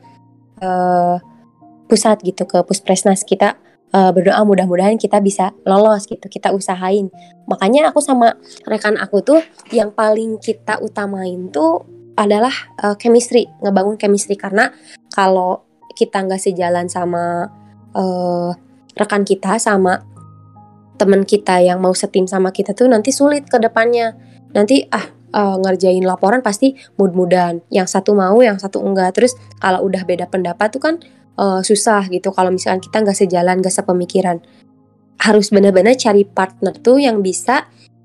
uh, pusat gitu, ke Puspresnas. Kita uh, berdoa mudah-mudahan kita bisa lolos gitu, kita usahain. Makanya aku sama rekan aku tuh yang paling kita utamain tuh adalah uh, chemistry, ngebangun chemistry. Karena kalau kita nggak sejalan sama uh, rekan kita, sama teman kita yang mau setim sama kita tuh nanti sulit ke depannya. Nanti ah uh, ngerjain laporan pasti mood-moodan, yang satu mau yang satu enggak. Terus kalau udah beda pendapat tuh kan uh, susah gitu kalau misalkan kita nggak sejalan, nggak sepemikiran. Harus benar-benar cari partner tuh yang bisa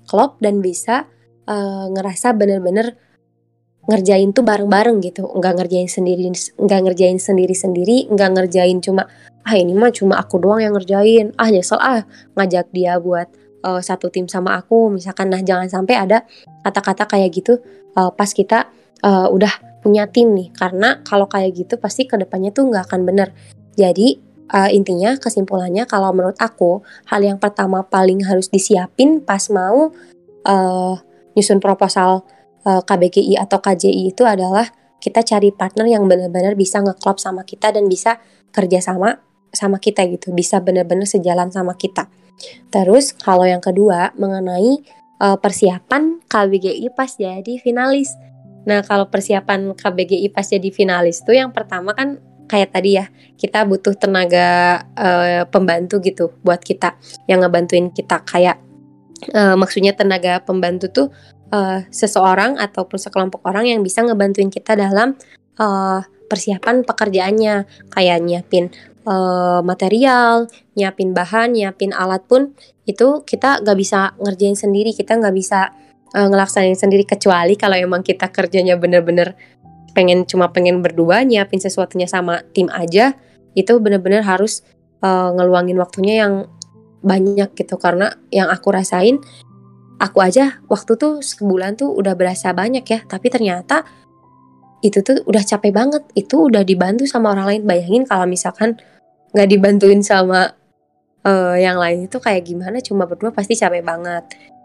klop dan bisa uh, ngerasa bener-bener ngerjain tuh bareng-bareng gitu, nggak ngerjain sendiri, nggak ngerjain sendiri-sendiri, nggak ngerjain cuma ah ini mah cuma aku doang yang ngerjain, ah nyesel ah ngajak dia buat uh, satu tim sama aku misalkan. Nah jangan sampai ada kata-kata kayak gitu uh, pas kita uh, udah punya tim nih, karena kalau kayak gitu pasti kedepannya tuh nggak akan bener. Jadi uh, intinya kesimpulannya kalau menurut aku hal yang pertama paling harus disiapin pas mau uh, nyusun proposal uh, K B G I atau K J I itu adalah kita cari partner yang benar-benar bisa ngeklop sama kita dan bisa kerja sama sama kita gitu, bisa benar-benar sejalan sama kita. Terus kalau yang kedua mengenai uh, persiapan K B G I pas jadi finalis. Nah kalau persiapan K B G I pas jadi finalis tuh yang pertama kan kayak tadi ya, kita butuh tenaga uh, pembantu gitu buat kita yang ngebantuin kita, kayak uh, maksudnya tenaga pembantu tuh uh, seseorang ataupun sekelompok orang yang bisa ngebantuin kita dalam uh, persiapan pekerjaannya, kayak nyiapin uh, material, nyiapin bahan, nyiapin alat pun itu kita gak bisa ngerjain sendiri, kita gak bisa uh, ngelaksanain sendiri, kecuali kalau emang kita kerjanya bener-bener pengen cuma pengen berdua nyiapin sesuatunya sama tim aja, itu bener-bener harus uh, ngeluangin waktunya yang banyak gitu. Karena yang aku rasain, aku aja waktu tuh sebulan tuh udah berasa banyak ya, tapi ternyata itu tuh udah capek banget. Itu udah dibantu sama orang lain, bayangin kalau misalkan gak dibantuin sama uh, yang lain itu kayak gimana, cuma berdua pasti capek banget.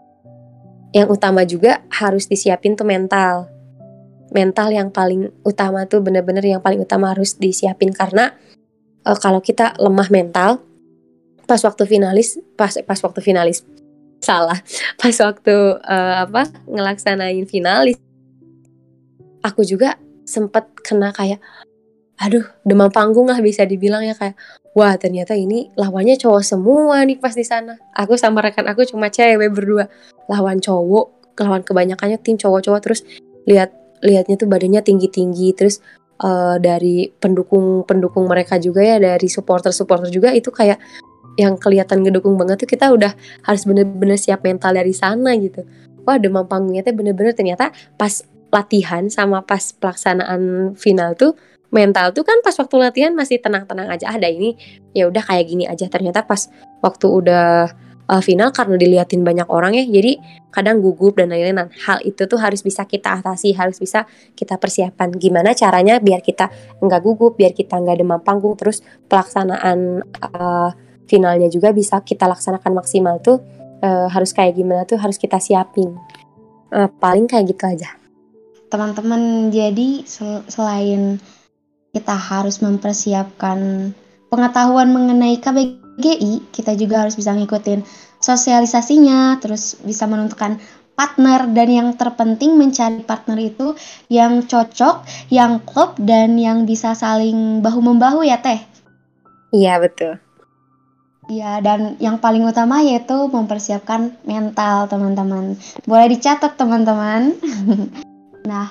Yang utama juga harus disiapin tuh mental. Mental yang paling utama tuh bener-bener yang paling utama harus disiapin, karena uh, kalau kita lemah mental pas waktu finalis, pas pas waktu finalis salah, pas waktu uh, apa ngelaksanain finalis, aku juga sempet kena kayak, aduh demam panggung lah bisa dibilang ya, kayak wah ternyata ini lawannya cowok semua nih pas di sana. Aku sama rekan aku cuma cewek berdua, lawan cowok, lawan kebanyakannya tim cowok-cowok, terus lihat lihatnya tuh badannya tinggi-tinggi, terus uh, dari pendukung-pendukung mereka juga ya, dari supporter-supporter juga itu kayak yang kelihatan ngedukung banget tuh, kita udah harus bener-bener siap mental dari sana gitu. Wah demam panggungnya tuh bener-bener ternyata pas latihan sama pas pelaksanaan final tuh, mental tuh kan pas waktu latihan masih tenang-tenang aja, ada ini ya udah kayak gini aja, ternyata pas waktu udah uh, final karena diliatin banyak orang ya, jadi kadang gugup dan lain-lain. Nah, hal itu tuh harus bisa kita atasi, harus bisa kita persiapan. Gimana caranya biar kita nggak gugup, biar kita nggak demam panggung, terus pelaksanaan uh, finalnya juga bisa kita laksanakan maksimal tuh uh, harus kayak gimana tuh harus kita siapin. Uh, paling kayak gitu aja.
Teman-teman, jadi sel- selain kita harus mempersiapkan pengetahuan mengenai K B G I, kita juga harus bisa ngikutin sosialisasinya, terus bisa menentukan partner, dan yang terpenting mencari partner itu yang cocok, yang klop, dan yang bisa saling bahu-membahu ya Teh?
Iya betul.
Iya, dan yang paling utama yaitu mempersiapkan mental teman-teman. Boleh dicatat teman-teman. Nah,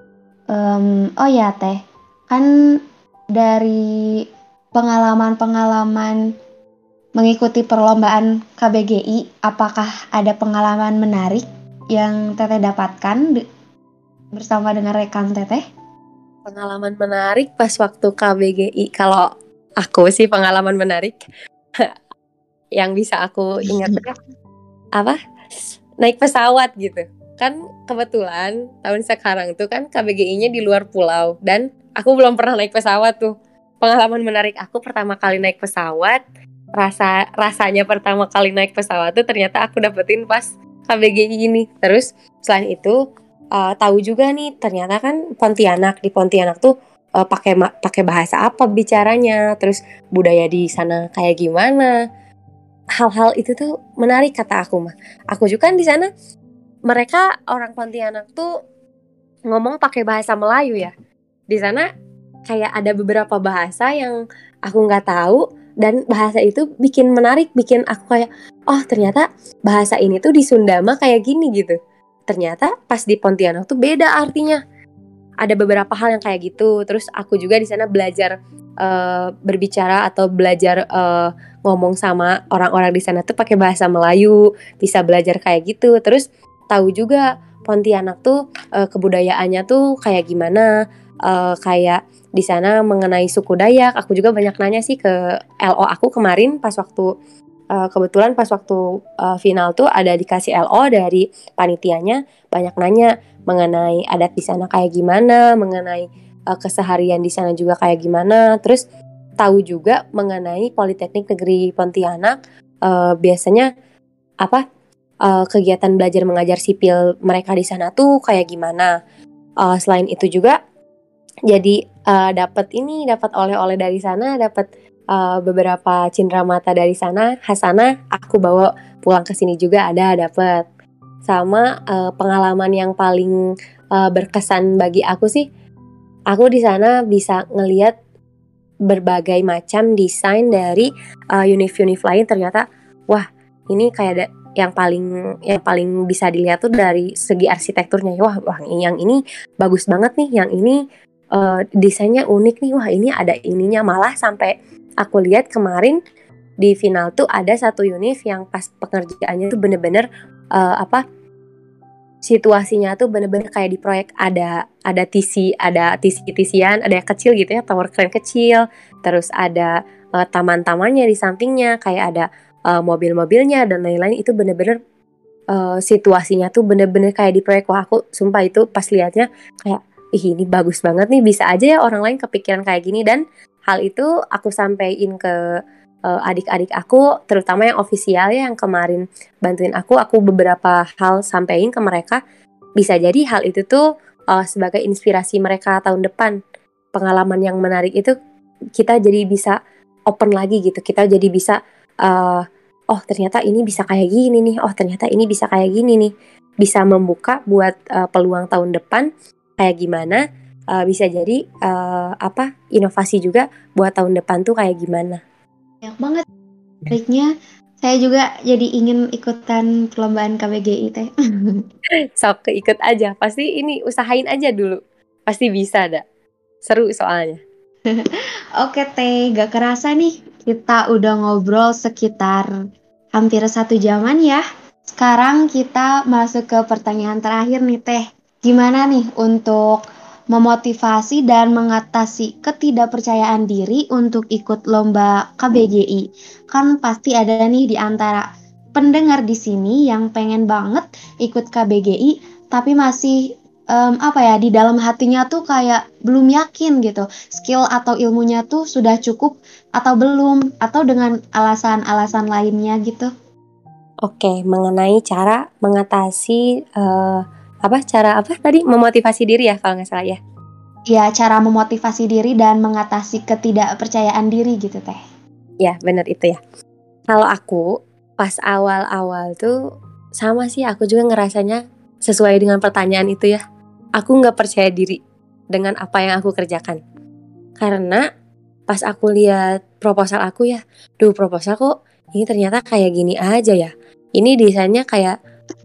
um, oh ya Teh, kan dari pengalaman-pengalaman mengikuti perlombaan K B G I, apakah ada pengalaman menarik yang Teteh dapatkan de- bersama dengan rekan Teteh?
Pengalaman menarik pas waktu K B G I, kalau aku sih pengalaman menarik yang bisa aku ingat apa? Naik pesawat gitu. Kan kebetulan tahun sekarang tuh kan K B G I-nya di luar pulau dan aku belum pernah naik pesawat tuh. Pengalaman menarik aku pertama kali naik pesawat, rasa rasanya pertama kali naik pesawat tuh ternyata aku dapetin pas K B G I ini. Terus selain itu uh, tahu juga nih ternyata kan Pontianak, di Pontianak tuh uh, pakai ma- pakai bahasa apa bicaranya, terus budaya di sana kayak gimana. Hal-hal itu tuh menarik kata aku mah. Aku juga kan di sana, mereka orang Pontianak tuh ngomong pakai bahasa Melayu ya. Di sana kayak ada beberapa bahasa yang aku nggak tahu, dan bahasa itu bikin menarik, bikin aku kayak oh ternyata bahasa ini tuh di Sunda mah kayak gini gitu. Ternyata pas di Pontianak tuh beda artinya. Ada beberapa hal yang kayak gitu. Terus aku juga di sana belajar uh, berbicara atau belajar uh, ngomong sama orang-orang di sana tuh pakai bahasa Melayu, bisa belajar kayak gitu. Terus tahu juga Pontianak tuh uh, kebudayaannya tuh kayak gimana, uh, kayak di sana mengenai suku Dayak. Aku juga banyak nanya sih ke L O aku kemarin pas waktu uh, kebetulan pas waktu uh, final tuh ada dikasih L O dari panitianya, banyak nanya mengenai adat di sana kayak gimana, mengenai uh, keseharian di sana juga kayak gimana. Terus tahu juga mengenai Politeknik Negeri Pontianak uh, biasanya apa uh, kegiatan belajar mengajar sipil mereka di sana tuh kayak gimana. Uh, selain itu juga jadi uh, dapat ini dapat oleh-oleh dari sana, dapat uh, beberapa cindramata dari sana, Hasanah aku bawa pulang ke sini juga ada dapat. Sama uh, pengalaman yang paling uh, berkesan bagi aku sih, aku di sana bisa ngelihat berbagai macam desain dari uh, univ-univ lain. Ternyata wah ini kayak ada yang paling yang paling bisa dilihat tuh dari segi arsitekturnya. Wah, wah yang ini bagus banget nih, yang ini uh, desainnya unik nih, wah ini ada ininya. Malah sampai aku lihat kemarin di final tuh ada satu univ yang pas pengerjaannya tuh bener-bener uh, apa situasinya tuh bener-bener kayak di proyek, ada ada tisi, ada tisi-tisian, ada yang kecil gitu ya, tower crane kecil, terus ada uh, taman-tamannya di sampingnya, kayak ada uh, mobil-mobilnya dan lain-lain. Itu bener-bener uh, situasinya tuh bener-bener kayak di proyek. Wah aku sumpah itu pas liatnya kayak ih ini bagus banget nih, bisa aja ya orang lain kepikiran kayak gini. Dan hal itu aku sampein ke uh, adik-adik aku, terutama yang ofisial ya, yang kemarin bantuin aku, aku beberapa hal sampein ke mereka. Bisa jadi hal itu tuh uh, sebagai inspirasi mereka tahun depan. Pengalaman yang menarik itu kita jadi bisa open lagi gitu, kita jadi bisa uh, oh ternyata ini bisa kayak gini nih, oh ternyata ini bisa kayak gini nih, bisa membuka buat uh, peluang tahun depan kayak gimana. Uh, bisa jadi uh, apa inovasi juga buat tahun depan tuh kayak gimana.
Banyak banget triknya. Saya juga jadi ingin ikutan perlombaan K B G I teh.
Sok keikut aja, pasti ini usahain aja dulu, pasti bisa dah, seru soalnya.
Oke teh, gak kerasa nih kita udah ngobrol sekitar hampir satu jaman ya. Sekarang kita masuk ke pertanyaan terakhir nih teh. Gimana nih untuk memotivasi dan mengatasi ketidakpercayaan diri untuk ikut lomba K B G I? Kan pasti ada nih di antara pendengar di sini yang pengen banget ikut K B G I, tapi masih um, apa ya, di dalam hatinya tuh kayak belum yakin gitu, skill atau ilmunya tuh sudah cukup atau belum, atau dengan alasan-alasan lainnya gitu.
Oke, mengenai cara mengatasi uh, apa cara apa tadi memotivasi diri ya kalau nggak salah ya.
Ya, cara memotivasi diri dan mengatasi ketidakpercayaan diri gitu teh.
Ya benar itu ya. Kalau aku pas awal-awal tuh sama sih, aku juga ngerasanya sesuai dengan pertanyaan itu ya. Aku nggak percaya diri dengan apa yang aku kerjakan. Karena pas aku lihat proposal aku ya, duh proposal kok ini ternyata kayak gini aja ya. Ini desainnya kayak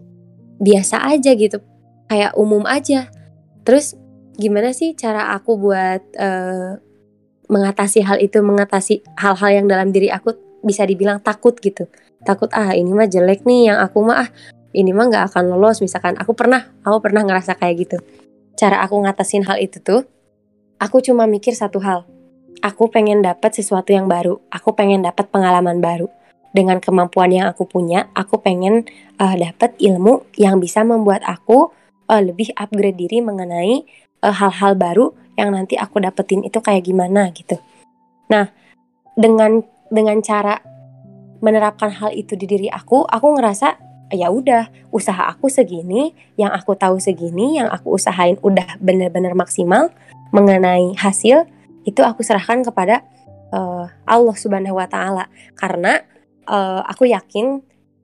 biasa aja gitu, kayak umum aja. Terus gimana sih cara aku buat uh, mengatasi hal itu, mengatasi hal-hal yang dalam diri aku bisa dibilang takut gitu. Takut ah ini mah jelek nih yang aku mah, ah ini mah gak akan lolos misalkan. Aku pernah, aku pernah ngerasa kayak gitu. Cara aku ngatasin hal itu tuh, aku cuma mikir satu hal. Aku pengen dapat sesuatu yang baru, aku pengen dapat pengalaman baru. Dengan kemampuan yang aku punya, aku pengen uh, dapat ilmu yang bisa membuat aku uh, lebih upgrade diri mengenai uh, hal-hal baru yang nanti aku dapetin itu kayak gimana gitu. Nah, dengan dengan cara menerapkan hal itu di diri aku, aku ngerasa ya udah, usaha aku segini, yang aku tahu segini, yang aku usahain udah benar-benar maksimal. Mengenai hasil itu aku serahkan kepada uh, Allah Subhanahu wa taala. Karena uh, aku yakin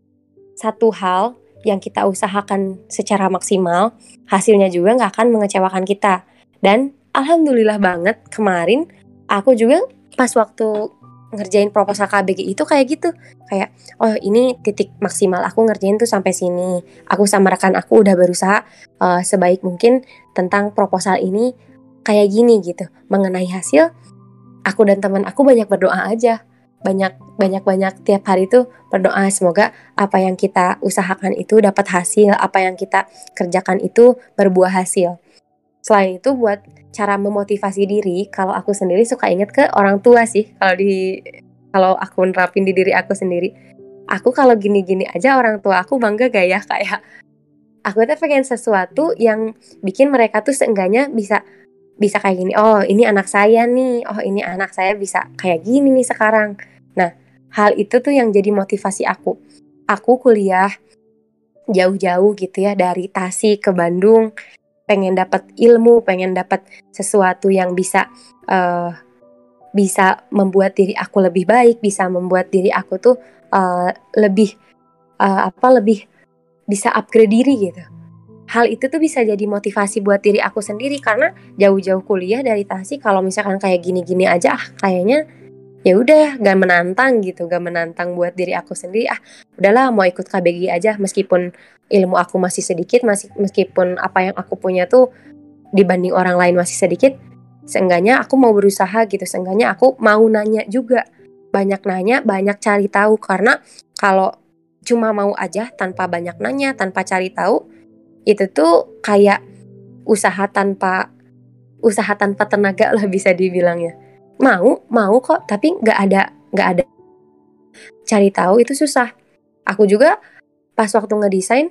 satu hal yang kita usahakan secara maksimal, hasilnya juga gak akan mengecewakan kita. Dan alhamdulillah banget kemarin aku juga pas waktu ngerjain proposal K B G I itu kayak gitu. Kayak oh ini titik maksimal aku ngerjain tuh sampai sini. Aku sama rekan aku udah berusaha uh, sebaik mungkin tentang proposal ini kayak gini gitu. Mengenai hasil, aku dan teman aku banyak berdoa aja. banyak banyak banyak tiap hari tuh berdoa semoga apa yang kita usahakan itu dapat hasil, apa yang kita kerjakan itu berbuah hasil. Selain itu buat cara memotivasi diri, kalau aku sendiri suka inget ke orang tua sih, kalau di kalau aku nerapin di diri aku sendiri. Aku kalau gini-gini aja orang tua aku bangga gak ya, kayak aku tuh pengen sesuatu yang bikin mereka tuh seenggaknya bisa bisa kayak gini. Oh, ini anak saya nih. Oh, ini anak saya bisa kayak gini nih sekarang. Nah, hal itu tuh yang jadi motivasi aku. Aku kuliah jauh-jauh gitu ya dari Tasik ke Bandung, pengen dapat ilmu, pengen dapat sesuatu yang bisa uh, bisa membuat diri aku lebih baik, bisa membuat diri aku tuh uh, lebih uh, apa lebih bisa upgrade diri gitu. Hal itu tuh bisa jadi motivasi buat diri aku sendiri karena jauh-jauh kuliah dari Tasik, kalau misalkan kayak gini-gini aja ah kayaknya ya udah gak menantang gitu, gak menantang buat diri aku sendiri. Ah, udahlah mau ikut K B G aja meskipun ilmu aku masih sedikit, masih meskipun apa yang aku punya tuh dibanding orang lain masih sedikit. Seenggaknya aku mau berusaha gitu, seenggaknya aku mau nanya juga. Banyak nanya, banyak cari tahu, karena kalau cuma mau aja tanpa banyak nanya, tanpa cari tahu, itu tuh kayak usaha tanpa usaha tanpa tenaga lah bisa dibilangnya. Mau, mau kok, tapi nggak ada nggak ada cari tahu itu susah. Aku juga pas waktu ngedesain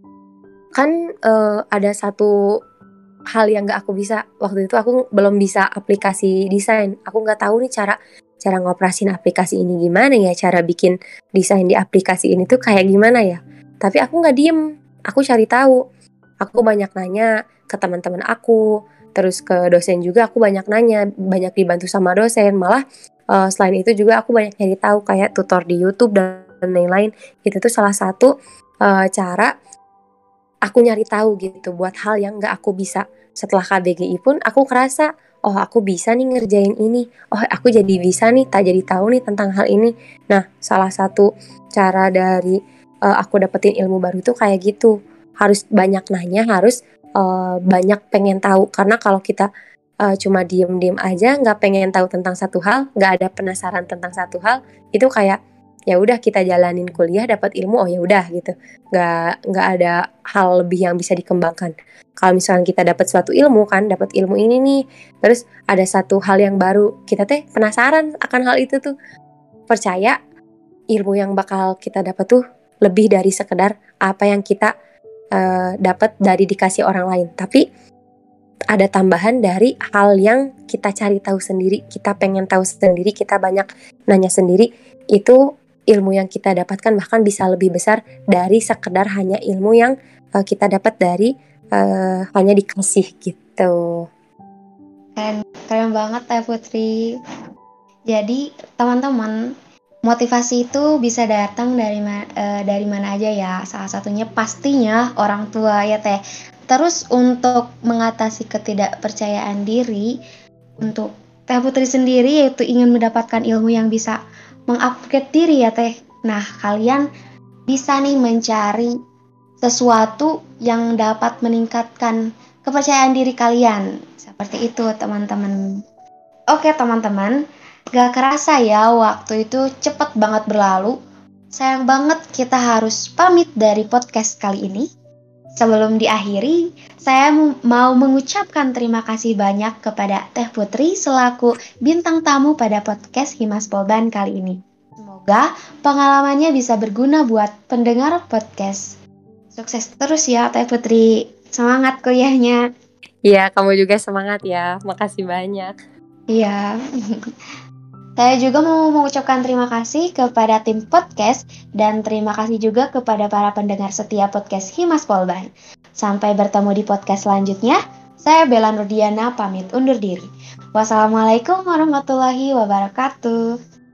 kan uh, ada satu hal yang nggak aku bisa. Waktu itu aku belum bisa aplikasi desain. Aku nggak tahu nih cara cara ngoperasin aplikasi ini gimana ya, cara bikin desain di aplikasi ini tuh kayak gimana ya. Tapi aku nggak diem, aku cari tahu. Aku banyak nanya ke teman-teman aku, terus ke dosen juga aku banyak nanya, banyak dibantu sama dosen. Malah uh, selain itu juga aku banyak nyari tahu kayak tutor di YouTube dan lain-lain. Itu tuh salah satu uh, cara aku nyari tahu gitu buat hal yang nggak aku bisa. Setelah K B G I pun aku kerasa, oh aku bisa nih ngerjain ini, oh aku jadi bisa nih, tak jadi tahu nih tentang hal ini. Nah, salah satu cara dari uh, aku dapetin ilmu baru tuh kayak gitu. Harus banyak nanya, harus uh, banyak pengen tahu. Karena kalau kita uh, cuma diem-diem aja, nggak pengen tahu tentang satu hal, nggak ada penasaran tentang satu hal, itu kayak ya udah kita jalanin kuliah dapat ilmu, oh ya udah gitu, nggak nggak ada hal lebih yang bisa dikembangkan. Kalau misalnya kita dapat suatu ilmu kan, dapat ilmu ini nih, terus ada satu hal yang baru, kita teh penasaran akan hal itu tuh. Percaya ilmu yang bakal kita dapat tuh lebih dari sekedar apa yang kita Uh, dapat dari dikasih orang lain, tapi ada tambahan dari hal yang kita cari tahu sendiri, kita pengen tahu sendiri, kita banyak nanya sendiri. Itu ilmu yang kita dapatkan bahkan bisa lebih besar dari sekedar hanya ilmu yang uh, kita dapat dari uh, hanya dikasih gitu.
Keren, keren banget ya Putri. Jadi teman-teman, motivasi itu bisa datang dari ma- e, dari mana aja ya. Salah satunya pastinya orang tua ya Teh. Terus untuk mengatasi ketidakpercayaan diri, untuk Teh Putri sendiri yaitu ingin mendapatkan ilmu yang bisa mengupgrade diri ya Teh. Nah, kalian bisa nih mencari sesuatu yang dapat meningkatkan kepercayaan diri kalian. Seperti itu teman-teman. Oke teman-teman, gak kerasa ya waktu itu cepet banget berlalu. Sayang banget kita harus pamit dari podcast kali ini. Sebelum diakhiri, saya mau mengucapkan terima kasih banyak kepada Teh Putri selaku bintang tamu pada podcast Himas Polban kali ini. Semoga pengalamannya bisa berguna buat pendengar podcast. Sukses terus ya Teh Putri, semangat kuliahnya.
Iya, kamu juga semangat ya, makasih banyak.
Iya. Saya juga mau mengucapkan terima kasih kepada tim podcast dan terima kasih juga kepada para pendengar setia podcast Himas Polban. Sampai bertemu di podcast selanjutnya. Saya Bella Nurdiana pamit undur diri. Wassalamualaikum warahmatullahi wabarakatuh.